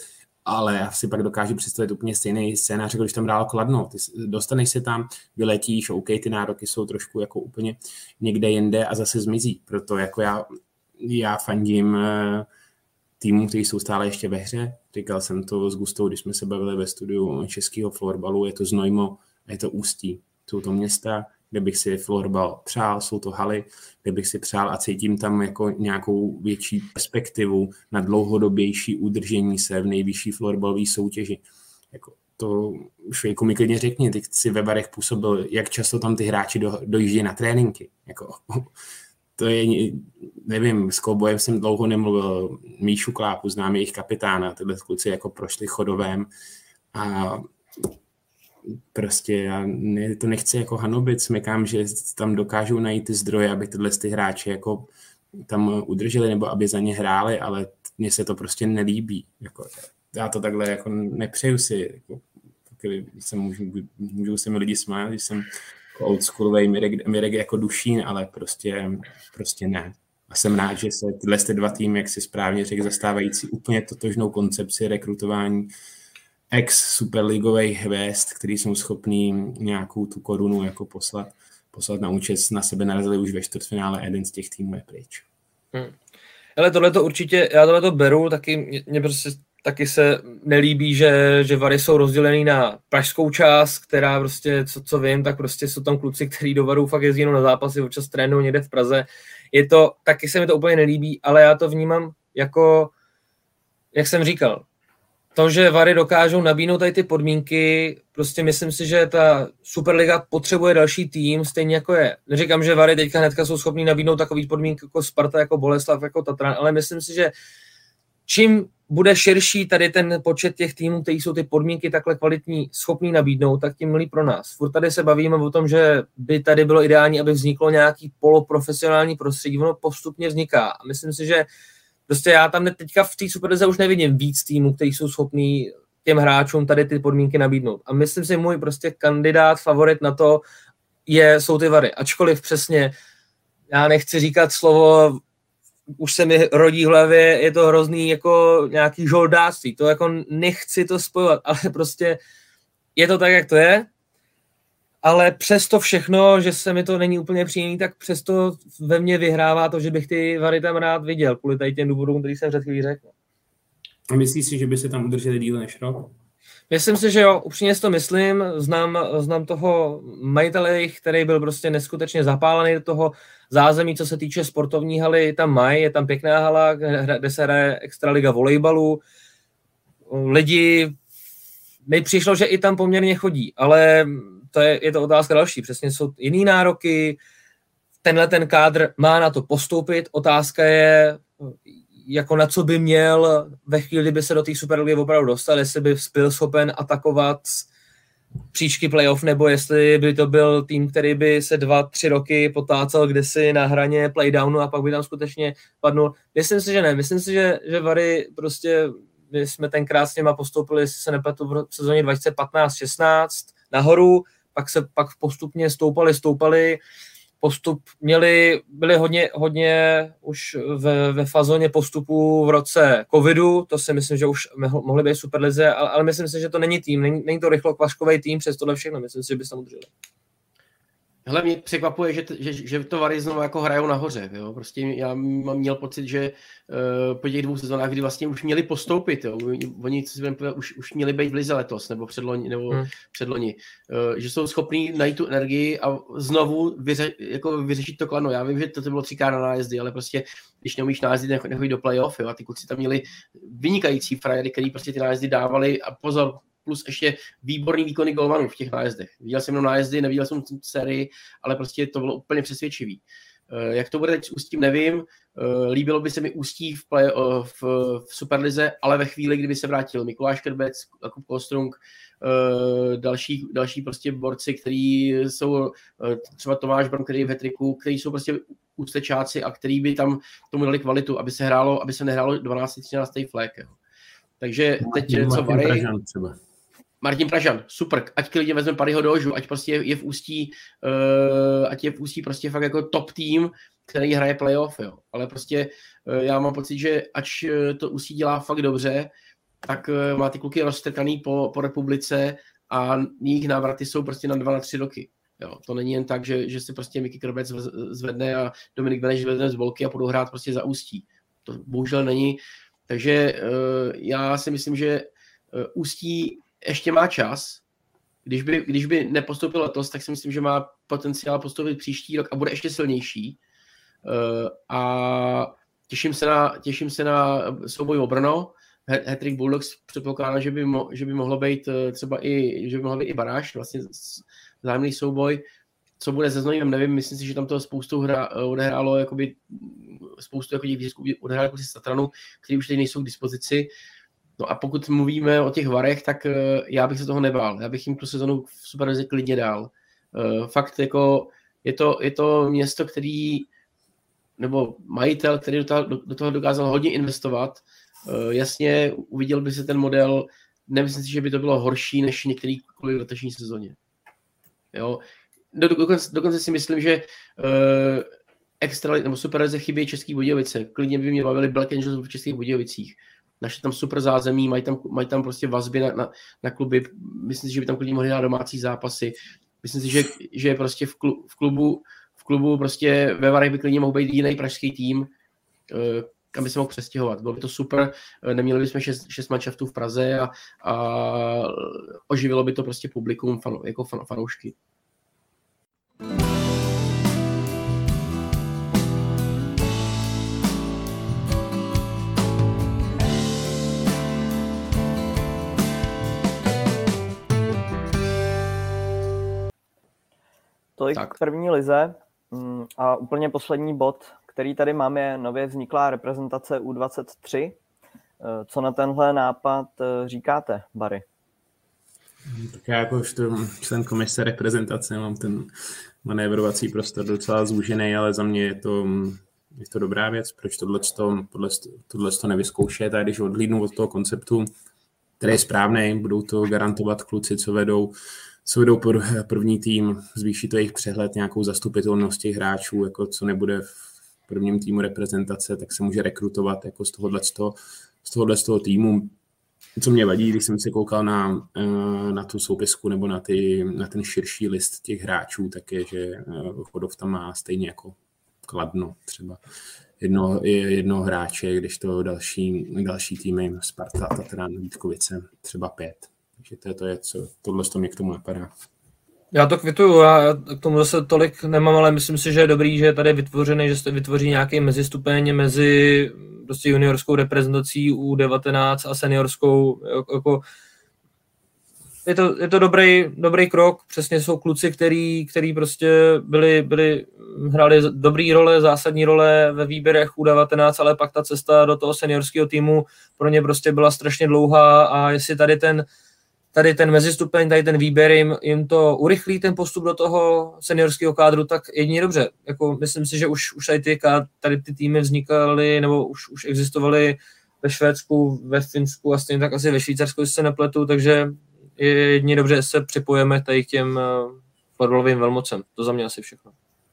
ale já si pak dokážu představit úplně stejný scénář, jako když tam hrál Kladno. Ty dostaneš se tam, vyletíš, OK, ty nároky jsou trošku jako úplně někde jinde a zase zmizí. Proto jako já, já fandím týmů, kteří jsou stále ještě ve hře. Říkal jsem to s Gustou, když jsme se bavili ve studiu českého florbalu, je to Znojmo a je to Ústí. Jsou to města, kde bych si florbal přál, jsou to haly, kde bych si přál a cítím tam jako nějakou větší perspektivu na dlouhodobější udržení se v nejvyšší florbalové soutěži. Jako to Švejku mi klidně řekni, ty si ve Barech působil, jak často tam ty hráči do, dojíždí na tréninky. Jako, to je, nevím, s Koubojem jsem dlouho nemluvil, Míšu Klápu, znám jejich kapitána, tyhle kluci jako prošli Chodovém a prostě já ne, to nechci jako hanobit, smykám, že tam dokážou najít ty zdroje, aby tyhle ty hráči jako tam udrželi nebo aby za ně hráli, ale mně se to prostě nelíbí. Jako, já to takhle jako nepřeju si. Jako, jsem, můžu, můžu se mi lidi smát, když jsem jako oldschoolovej Mirek, Mirek jako Dušín, ale prostě, prostě ne. A jsem rád, že se tyhle ty dva týmy, jak si správně řekl, zastávající úplně totožnou koncepci rekrutování ex-superligových hvězd, který jsou schopní nějakou tu korunu jako poslat, poslat na účet, na sebe narazili už ve čtvrtfinále a jeden z těch týmů je pryč. Hmm. Ale tohle to určitě, já tohle to beru, taky mě prostě taky se nelíbí, že, že Vary jsou rozdělený na pražskou část, která prostě, co, co vím, tak prostě jsou tam kluci, kteří do Varu fakt jezdí jenom na zápasy, občas trénují někde v Praze. Je to, taky se mi to úplně nelíbí, ale já to vnímám jako, jak jsem říkal, to, že Vary dokážou nabídnout tady ty podmínky, prostě myslím si, že ta Superliga potřebuje další tým, stejně jako je. Neříkám, že Vary teďka hnedka jsou schopní nabídnout takový podmínky jako Sparta, jako Boleslav, jako Tatran, ale myslím si, že čím bude širší tady ten počet těch týmů, kteří jsou ty podmínky takhle kvalitní, schopní nabídnout, tak tím milí pro nás. Furt tady se bavíme o tom, že by tady bylo ideální, aby vzniklo nějaký poloprofesionální prostředí, ono postupně vzniká. A myslím si, že prostě já tam teďka v té Superlize už nevidím víc týmů, kteří jsou schopní těm hráčům tady ty podmínky nabídnout. A myslím si, můj prostě kandidát, favorit na to je, jsou ty Vary. Ačkoliv přesně, já nechci říkat slovo, už se mi rodí v hlavě, je to hrozný jako nějaký žoldáctví. To jako nechci to spojovat, ale prostě je to tak, jak to je. Ale přesto všechno, že se mi to není úplně příjemný, tak přesto ve mně vyhrává to, že bych ty Vary tam rád viděl, kvůli tady těm důvodům, který jsem před chvílí řekl. A myslíš si, že by se tam udrželi díl než rok? Myslím si, že jo, upřímně si to myslím, znám, znám toho majitele, který byl prostě neskutečně zapálený do toho zázemí, co se týče sportovní haly, tam mají, je tam pěkná hala, kde se hraje extraliga volejbalu, lidi, mi přišlo, že i tam poměrně chodí, ale to je, je to otázka další, přesně jsou jiný nároky, tenhle ten kádr má na to postoupit, otázka je, jako na co by měl ve chvíli, kdyby se do té Superligy opravdu dostal, jestli by byl schopen atakovat příčky playoff, nebo jestli by to byl tým, který by se dva, tři roky potácel kdysi na hraně playdownu a pak by tam skutečně padnul. Myslím si, že ne. Myslím si, že, že Vary prostě, my jsme tenkrát s něma postoupili, jestli se nepletu, v sezóně dva tisíce patnáct šestnáct nahoru, pak se pak postupně stoupali, stoupali, postup měli, byli hodně, hodně už ve, ve fazóně postupu v roce covidu, to si myslím, že už mohli být Superlize, ale, ale myslím si, že to není tým, není, není to rychlokvaškový tým přes tohle všechno, myslím si, že by se tam udrželi. Hele, mě překvapuje, že, že, že to Vary znovu jako hrajou nahoře. Jo? Prostě já mám měl pocit, že uh, po těch dvou sezónách, kdy vlastně už měli postoupit, jo? Oni už, už měli být v lize letos, nebo předloni, nebo hmm. předloni, uh, že jsou schopní najít tu energii a znovu vyře, jako vyřešit to Kladno. Já vím, že to, to bylo třikrát na nájezdy, ale prostě, když neumíš nájezdy, nechodí do playoff, jo? A ty kluci tam měli vynikající frajery, který prostě ty nájezdy dávali a pozor, plus ještě výborný výkony golmanů v těch nájezdech. Viděl jsem jenom nájezdy, neviděl jsem sérii, ale prostě to bylo úplně přesvědčivý. Jak to bude teď s Ústím, nevím. Líbilo by se mi Ústí v, play, v, v Superlize, ale ve chvíli, kdyby se vrátil Mikuláš Krbec, Jakub Kostrung, další, další prostě borci, kteří jsou třeba Tomáš Brom, který je v hetriku, kteří jsou prostě ústečáci a který by tam tomu dali kvalitu, aby se hrálo, aby se nehrálo dvanáct třináct flag. Takže teď Martin co Vary... Pražan třeba. Martin Pražan, super, ať klidně vezme Paryho do Ožu, ať prostě je, je v Ústí, uh, ať je v Ústí prostě fakt jako top tým, který hraje playoff, jo. Ale prostě uh, já mám pocit, že ač to Ústí dělá fakt dobře, tak má ty kluky roztrkaný po, po republice a jejich návraty jsou prostě na dva, na tři roky. Jo, to není jen tak, že, že se prostě Miky Krbec zvedne a Dominik Beneš zvedne z bolky a budou hrát prostě za Ústí. To bohužel není. Takže uh, já si myslím, že uh, Ústí ještě má čas. Když by, když by nepostoupil letos, tak si myslím, že má potenciál postoupit příští rok a bude ještě silnější. Uh, a těším se na, těším se na souboj o Brno. Hat-trick Bulldogs předpokládám, že by, mo, že by mohlo být třeba i, že by mohlo být i baráž, vlastně vzájemný souboj. Co bude se Znojmem, nevím, myslím si, že tam toho spoustu hra, odehrálo, jakoby, spoustu jako těch výzků odehrálo jako si Tatranu, který už teď nejsou k dispozici. No a pokud mluvíme o těch varech, tak já bych se toho nebál. Já bych jim tu sezonu v Superlize klidně dál. Fakt jako je to, je to město, který, nebo majitel, který do toho, do toho dokázal hodně investovat. Jasně, uviděl by se ten model, nemyslím si, že by to bylo horší než některý kluby v letošní sezóně. Jo. Do, dokonce, dokonce si myslím, že uh, extra, nebo Superlize chybí Český Budějovice. Klidně by mě bavili Black Angels v Českých Budějovicích. Našli tam super zázemí, mají tam, mají tam prostě vazby na, na, na kluby. Myslím si, že by tam klidně mohli hrát domácí zápasy. Myslím si, že, že prostě v, klu, v klubu, v klubu prostě ve Varech by klidně mohl být jiný pražský tým, uh, kam by se mohl přestěhovat. Bylo by to super, neměli bychom šest, šest manšaftů v Praze a, a oživilo by to prostě publikum fan, jako fan, fanoušky. Tolik tak. K první lize. A úplně poslední bod, který tady máme, je nově vzniklá reprezentace U dvacet tři. Co na tenhle nápad říkáte, Barry? Tak já jakožto člen komise reprezentace mám ten manévrovací prostor docela zúžený, ale za mě je to, je to dobrá věc. Proč tohleto, tohleto nevyzkoušet? A když odhlídnu od toho konceptu, který je správný, budou to garantovat kluci, co vedou, co vedou první tým, zvýší to jejich přehled, nějakou zastupitelnost těch hráčů, jako co nebude v prvním týmu reprezentace, tak se může rekrutovat jako z tohoto, z tohoto týmu. Co mě vadí, když jsem se koukal na, na tu soupisku nebo na, ty, na ten širší list těch hráčů, tak je, že Chodov tam má stejně jako Kladno třeba jedno, jedno hráče, když to další, další týmy Sparta, Tatran, Vítkovice třeba pět. Takže to je to, je, co tohle to mě k tomu napadá. Já to kvituju, já k tomu zase tolik nemám, ale myslím si, že je dobrý, že je tady vytvořený, že se vytvoří nějaký mezistupeň mezi prostě juniorskou reprezentací U devatenáct a seniorskou. Jako, je to, je to dobrý, dobrý krok, přesně jsou kluci, který, který prostě byli, byli, hráli dobrý role, zásadní role ve výběrech U devatenáct, ale pak ta cesta do toho seniorského týmu pro ně prostě byla strašně dlouhá a jestli tady ten tady ten mezistupeň, tady ten výběr jim, jim to urychlí ten postup do toho seniorského kádru, tak jedině dobře. Jako, myslím si, že už, už tady, ty, tady ty týmy vznikaly, nebo už, už existovaly ve Švédsku, ve Finsku a stejně tak asi ve Švýcarsku, jestli se nepletu, takže je jedině dobře, že se připojeme tady k těm uh, fotbalovým velmocem. To za mě asi všechno.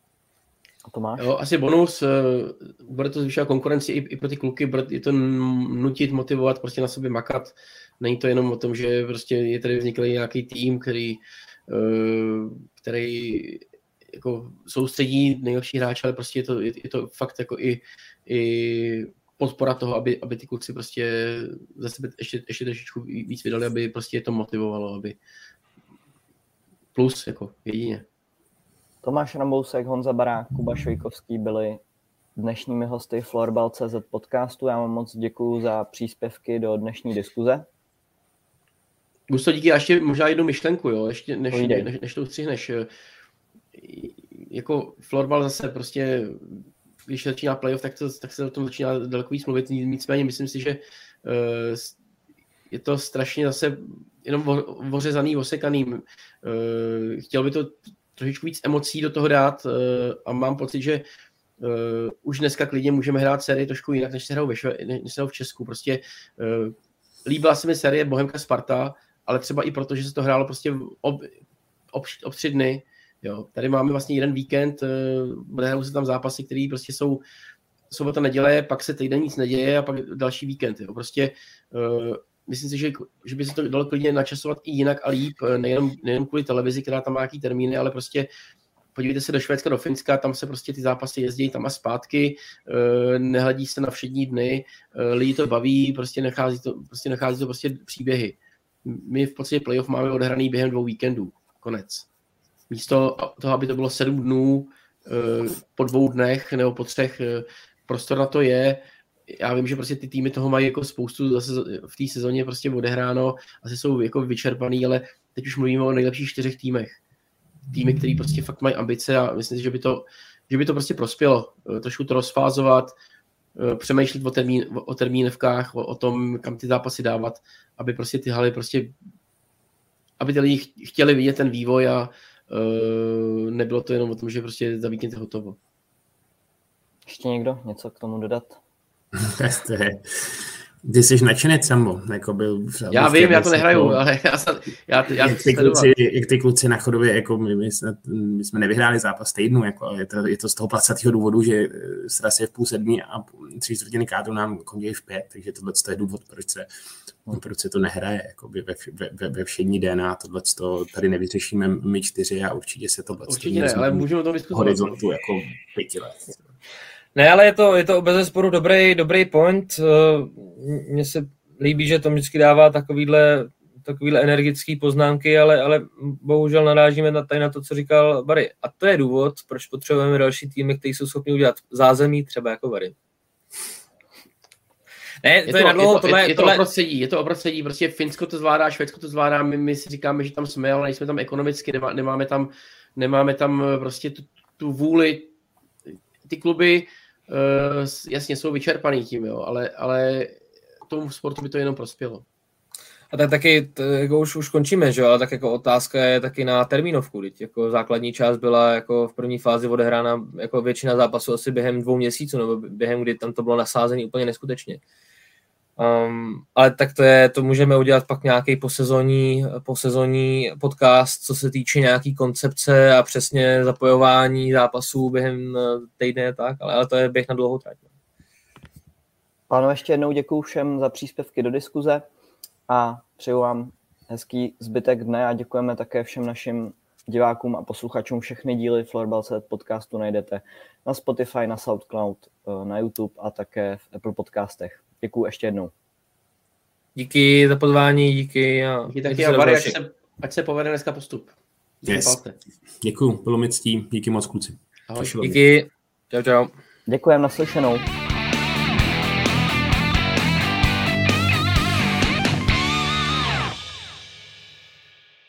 A to máš? Jo, asi bonus, bude to zvyšovat konkurenci i, i pro ty kluky, bude je to nutit, motivovat, prostě na sobě makat. Není to jenom o tom, že prostě je tady vzniklý nějaký tým, který, který jako soustředí nejlepší hráče, ale prostě je to, je, je to fakt jako i, i podpora toho, aby, aby ty kluci prostě za sebe ještě, ještě trošičku víc vydali, aby prostě je to motivovalo, aby plus jako jedině. Tomáš Rambousek, Honza Barák, Kuba Švejkovský byli dnešními hosty Florbal tečka cé zet podcastu. Já vám moc děkuju za příspěvky do dnešní diskuze. Gusto, díky. A ještě možná jednu myšlenku, jo, ještě než, než, než to ustřihneš. Jako Florbal zase prostě, když začíná playoff, tak, to, tak se o tom začíná daleko víc mluvit. Nicméně myslím si, že uh, je to strašně zase jenom ořezaný, osekaný. Uh, chtěl by to trošičku víc emocí do toho dát uh, a mám pocit, že uh, už dneska klidně můžeme hrát sérii trošku jinak, než se hrajou ve Šve, než se hrajou v Česku. Prostě uh, líbila se mi série Bohemka Sparta, ale třeba i proto, že se to hrálo prostě ob, ob, ob tři dny. Jo. Tady máme vlastně jeden víkend, uh, hrajou se tam zápasy, které prostě jsou sobota, neděle, pak se týden nic neděje a pak další víkend. Jo. Prostě uh, myslím si, že, že by se to dalo klidně načasovat i jinak a líp, nejenom, nejenom kvůli televizi, která tam má nějaký termíny, ale prostě podívejte se do Švédska, do Finska, tam se prostě ty zápasy jezdí tam a zpátky, nehledí se na všední dny, lidi to baví, prostě nechází to prostě, nechází to prostě příběhy. My v podstatě playoff máme odehraný během dvou víkendů, konec. Místo toho, aby to bylo sedm dnů, po dvou dnech nebo po třech, prostor na to je. Já vím, že prostě ty týmy toho mají jako spoustu zase v té sezóně prostě odehráno, asi jsou jako vyčerpaný, ale teď už mluvíme o nejlepších čtyřech týmech. Týmy, který prostě fakt mají ambice a myslím si, že by to, že by to prostě prospělo. Trošku to rozfázovat, přemýšlet o, termín, o termínovkách, o, o tom, kam ty zápasy dávat, aby prostě ty haly prostě, aby ty lidi chtěli vidět ten vývoj a uh, nebylo to jenom o tom, že prostě za víkend je hotovo. Ještě někdo něco k tomu dodat? to je... Ty jsi nadšenec, Sambo. Jako byl, já vím, já to nehraju, to, ale já, jsem, já, já jak, ty kluci, jak ty kluci na Chodově, jako my, my, jsme, my jsme nevyhráli zápas týdnu, jako, ale je to, je to z toho placatého důvodu, že sraz je v půl sedmí a tři čtvrtiny kádru nám končí v pět, takže tohle je důvod, proč se, proč se to nehraje jako ve, ve, ve všední den a tohle tady nevyřešíme my čtyři a určitě se tohle určitě ne, ale můžeme to diskutovat. Horizontu jako pěti let. Ne, ale je to, je to bez sporu dobrý, dobrý point. Mně se líbí, že to vždycky dává takovýhle, takovýhle energické poznámky, ale, ale bohužel narážíme na, tady na to, co říkal Barry. A to je důvod, proč potřebujeme další týmy, kteří jsou schopni udělat zázemí, třeba jako Barry. Ne, to je, to, je na dlouho, je to, tohle, je, je to tohle... o prostředí, je to o prostředí, prostě Finsko to zvládá, Švédsko to zvládá, my, my si říkáme, že tam jsme, ale nejsme tam ekonomicky, nemá, nemáme tam, nemáme tam prostě tu, tu vůli, ty kluby uh, jasně jsou vyčerpaný tím, jo, ale, ale tomu sportu by to jenom prospělo. A tak taky, jako už, už končíme, že jo, ale tak jako otázka je taky na termínovku, teď jako základní část byla jako v první fázi odehrána jako většina zápasů asi během dvou měsíců, nebo během, kdy tam to bylo nasázené úplně neskutečně. Um, ale tak to je, to můžeme udělat pak nějaký posezonní, posezonní podcast, co se týče nějaký koncepce a přesně zapojování zápasů během týdne, tak, ale, ale to je běh na dlouhou trať. Pánové, ještě jednou děkuju všem za příspěvky do diskuze a přeju vám hezký zbytek dne a děkujeme také všem našim divákům a posluchačům. Všechny díly Florbal set podcastu najdete na Spotify, na SoundCloud, na YouTube a také v Apple podcastech. Děkuju ještě jednou. Díky za pozvání, díky. A díky taky a Barry, ať se, ať se povede dneska postup. Yes. Děkuju, bylo mi ctí, díky moc kluci. Ahoj. Díky, čau čau. Děkujeme, naslyšenou.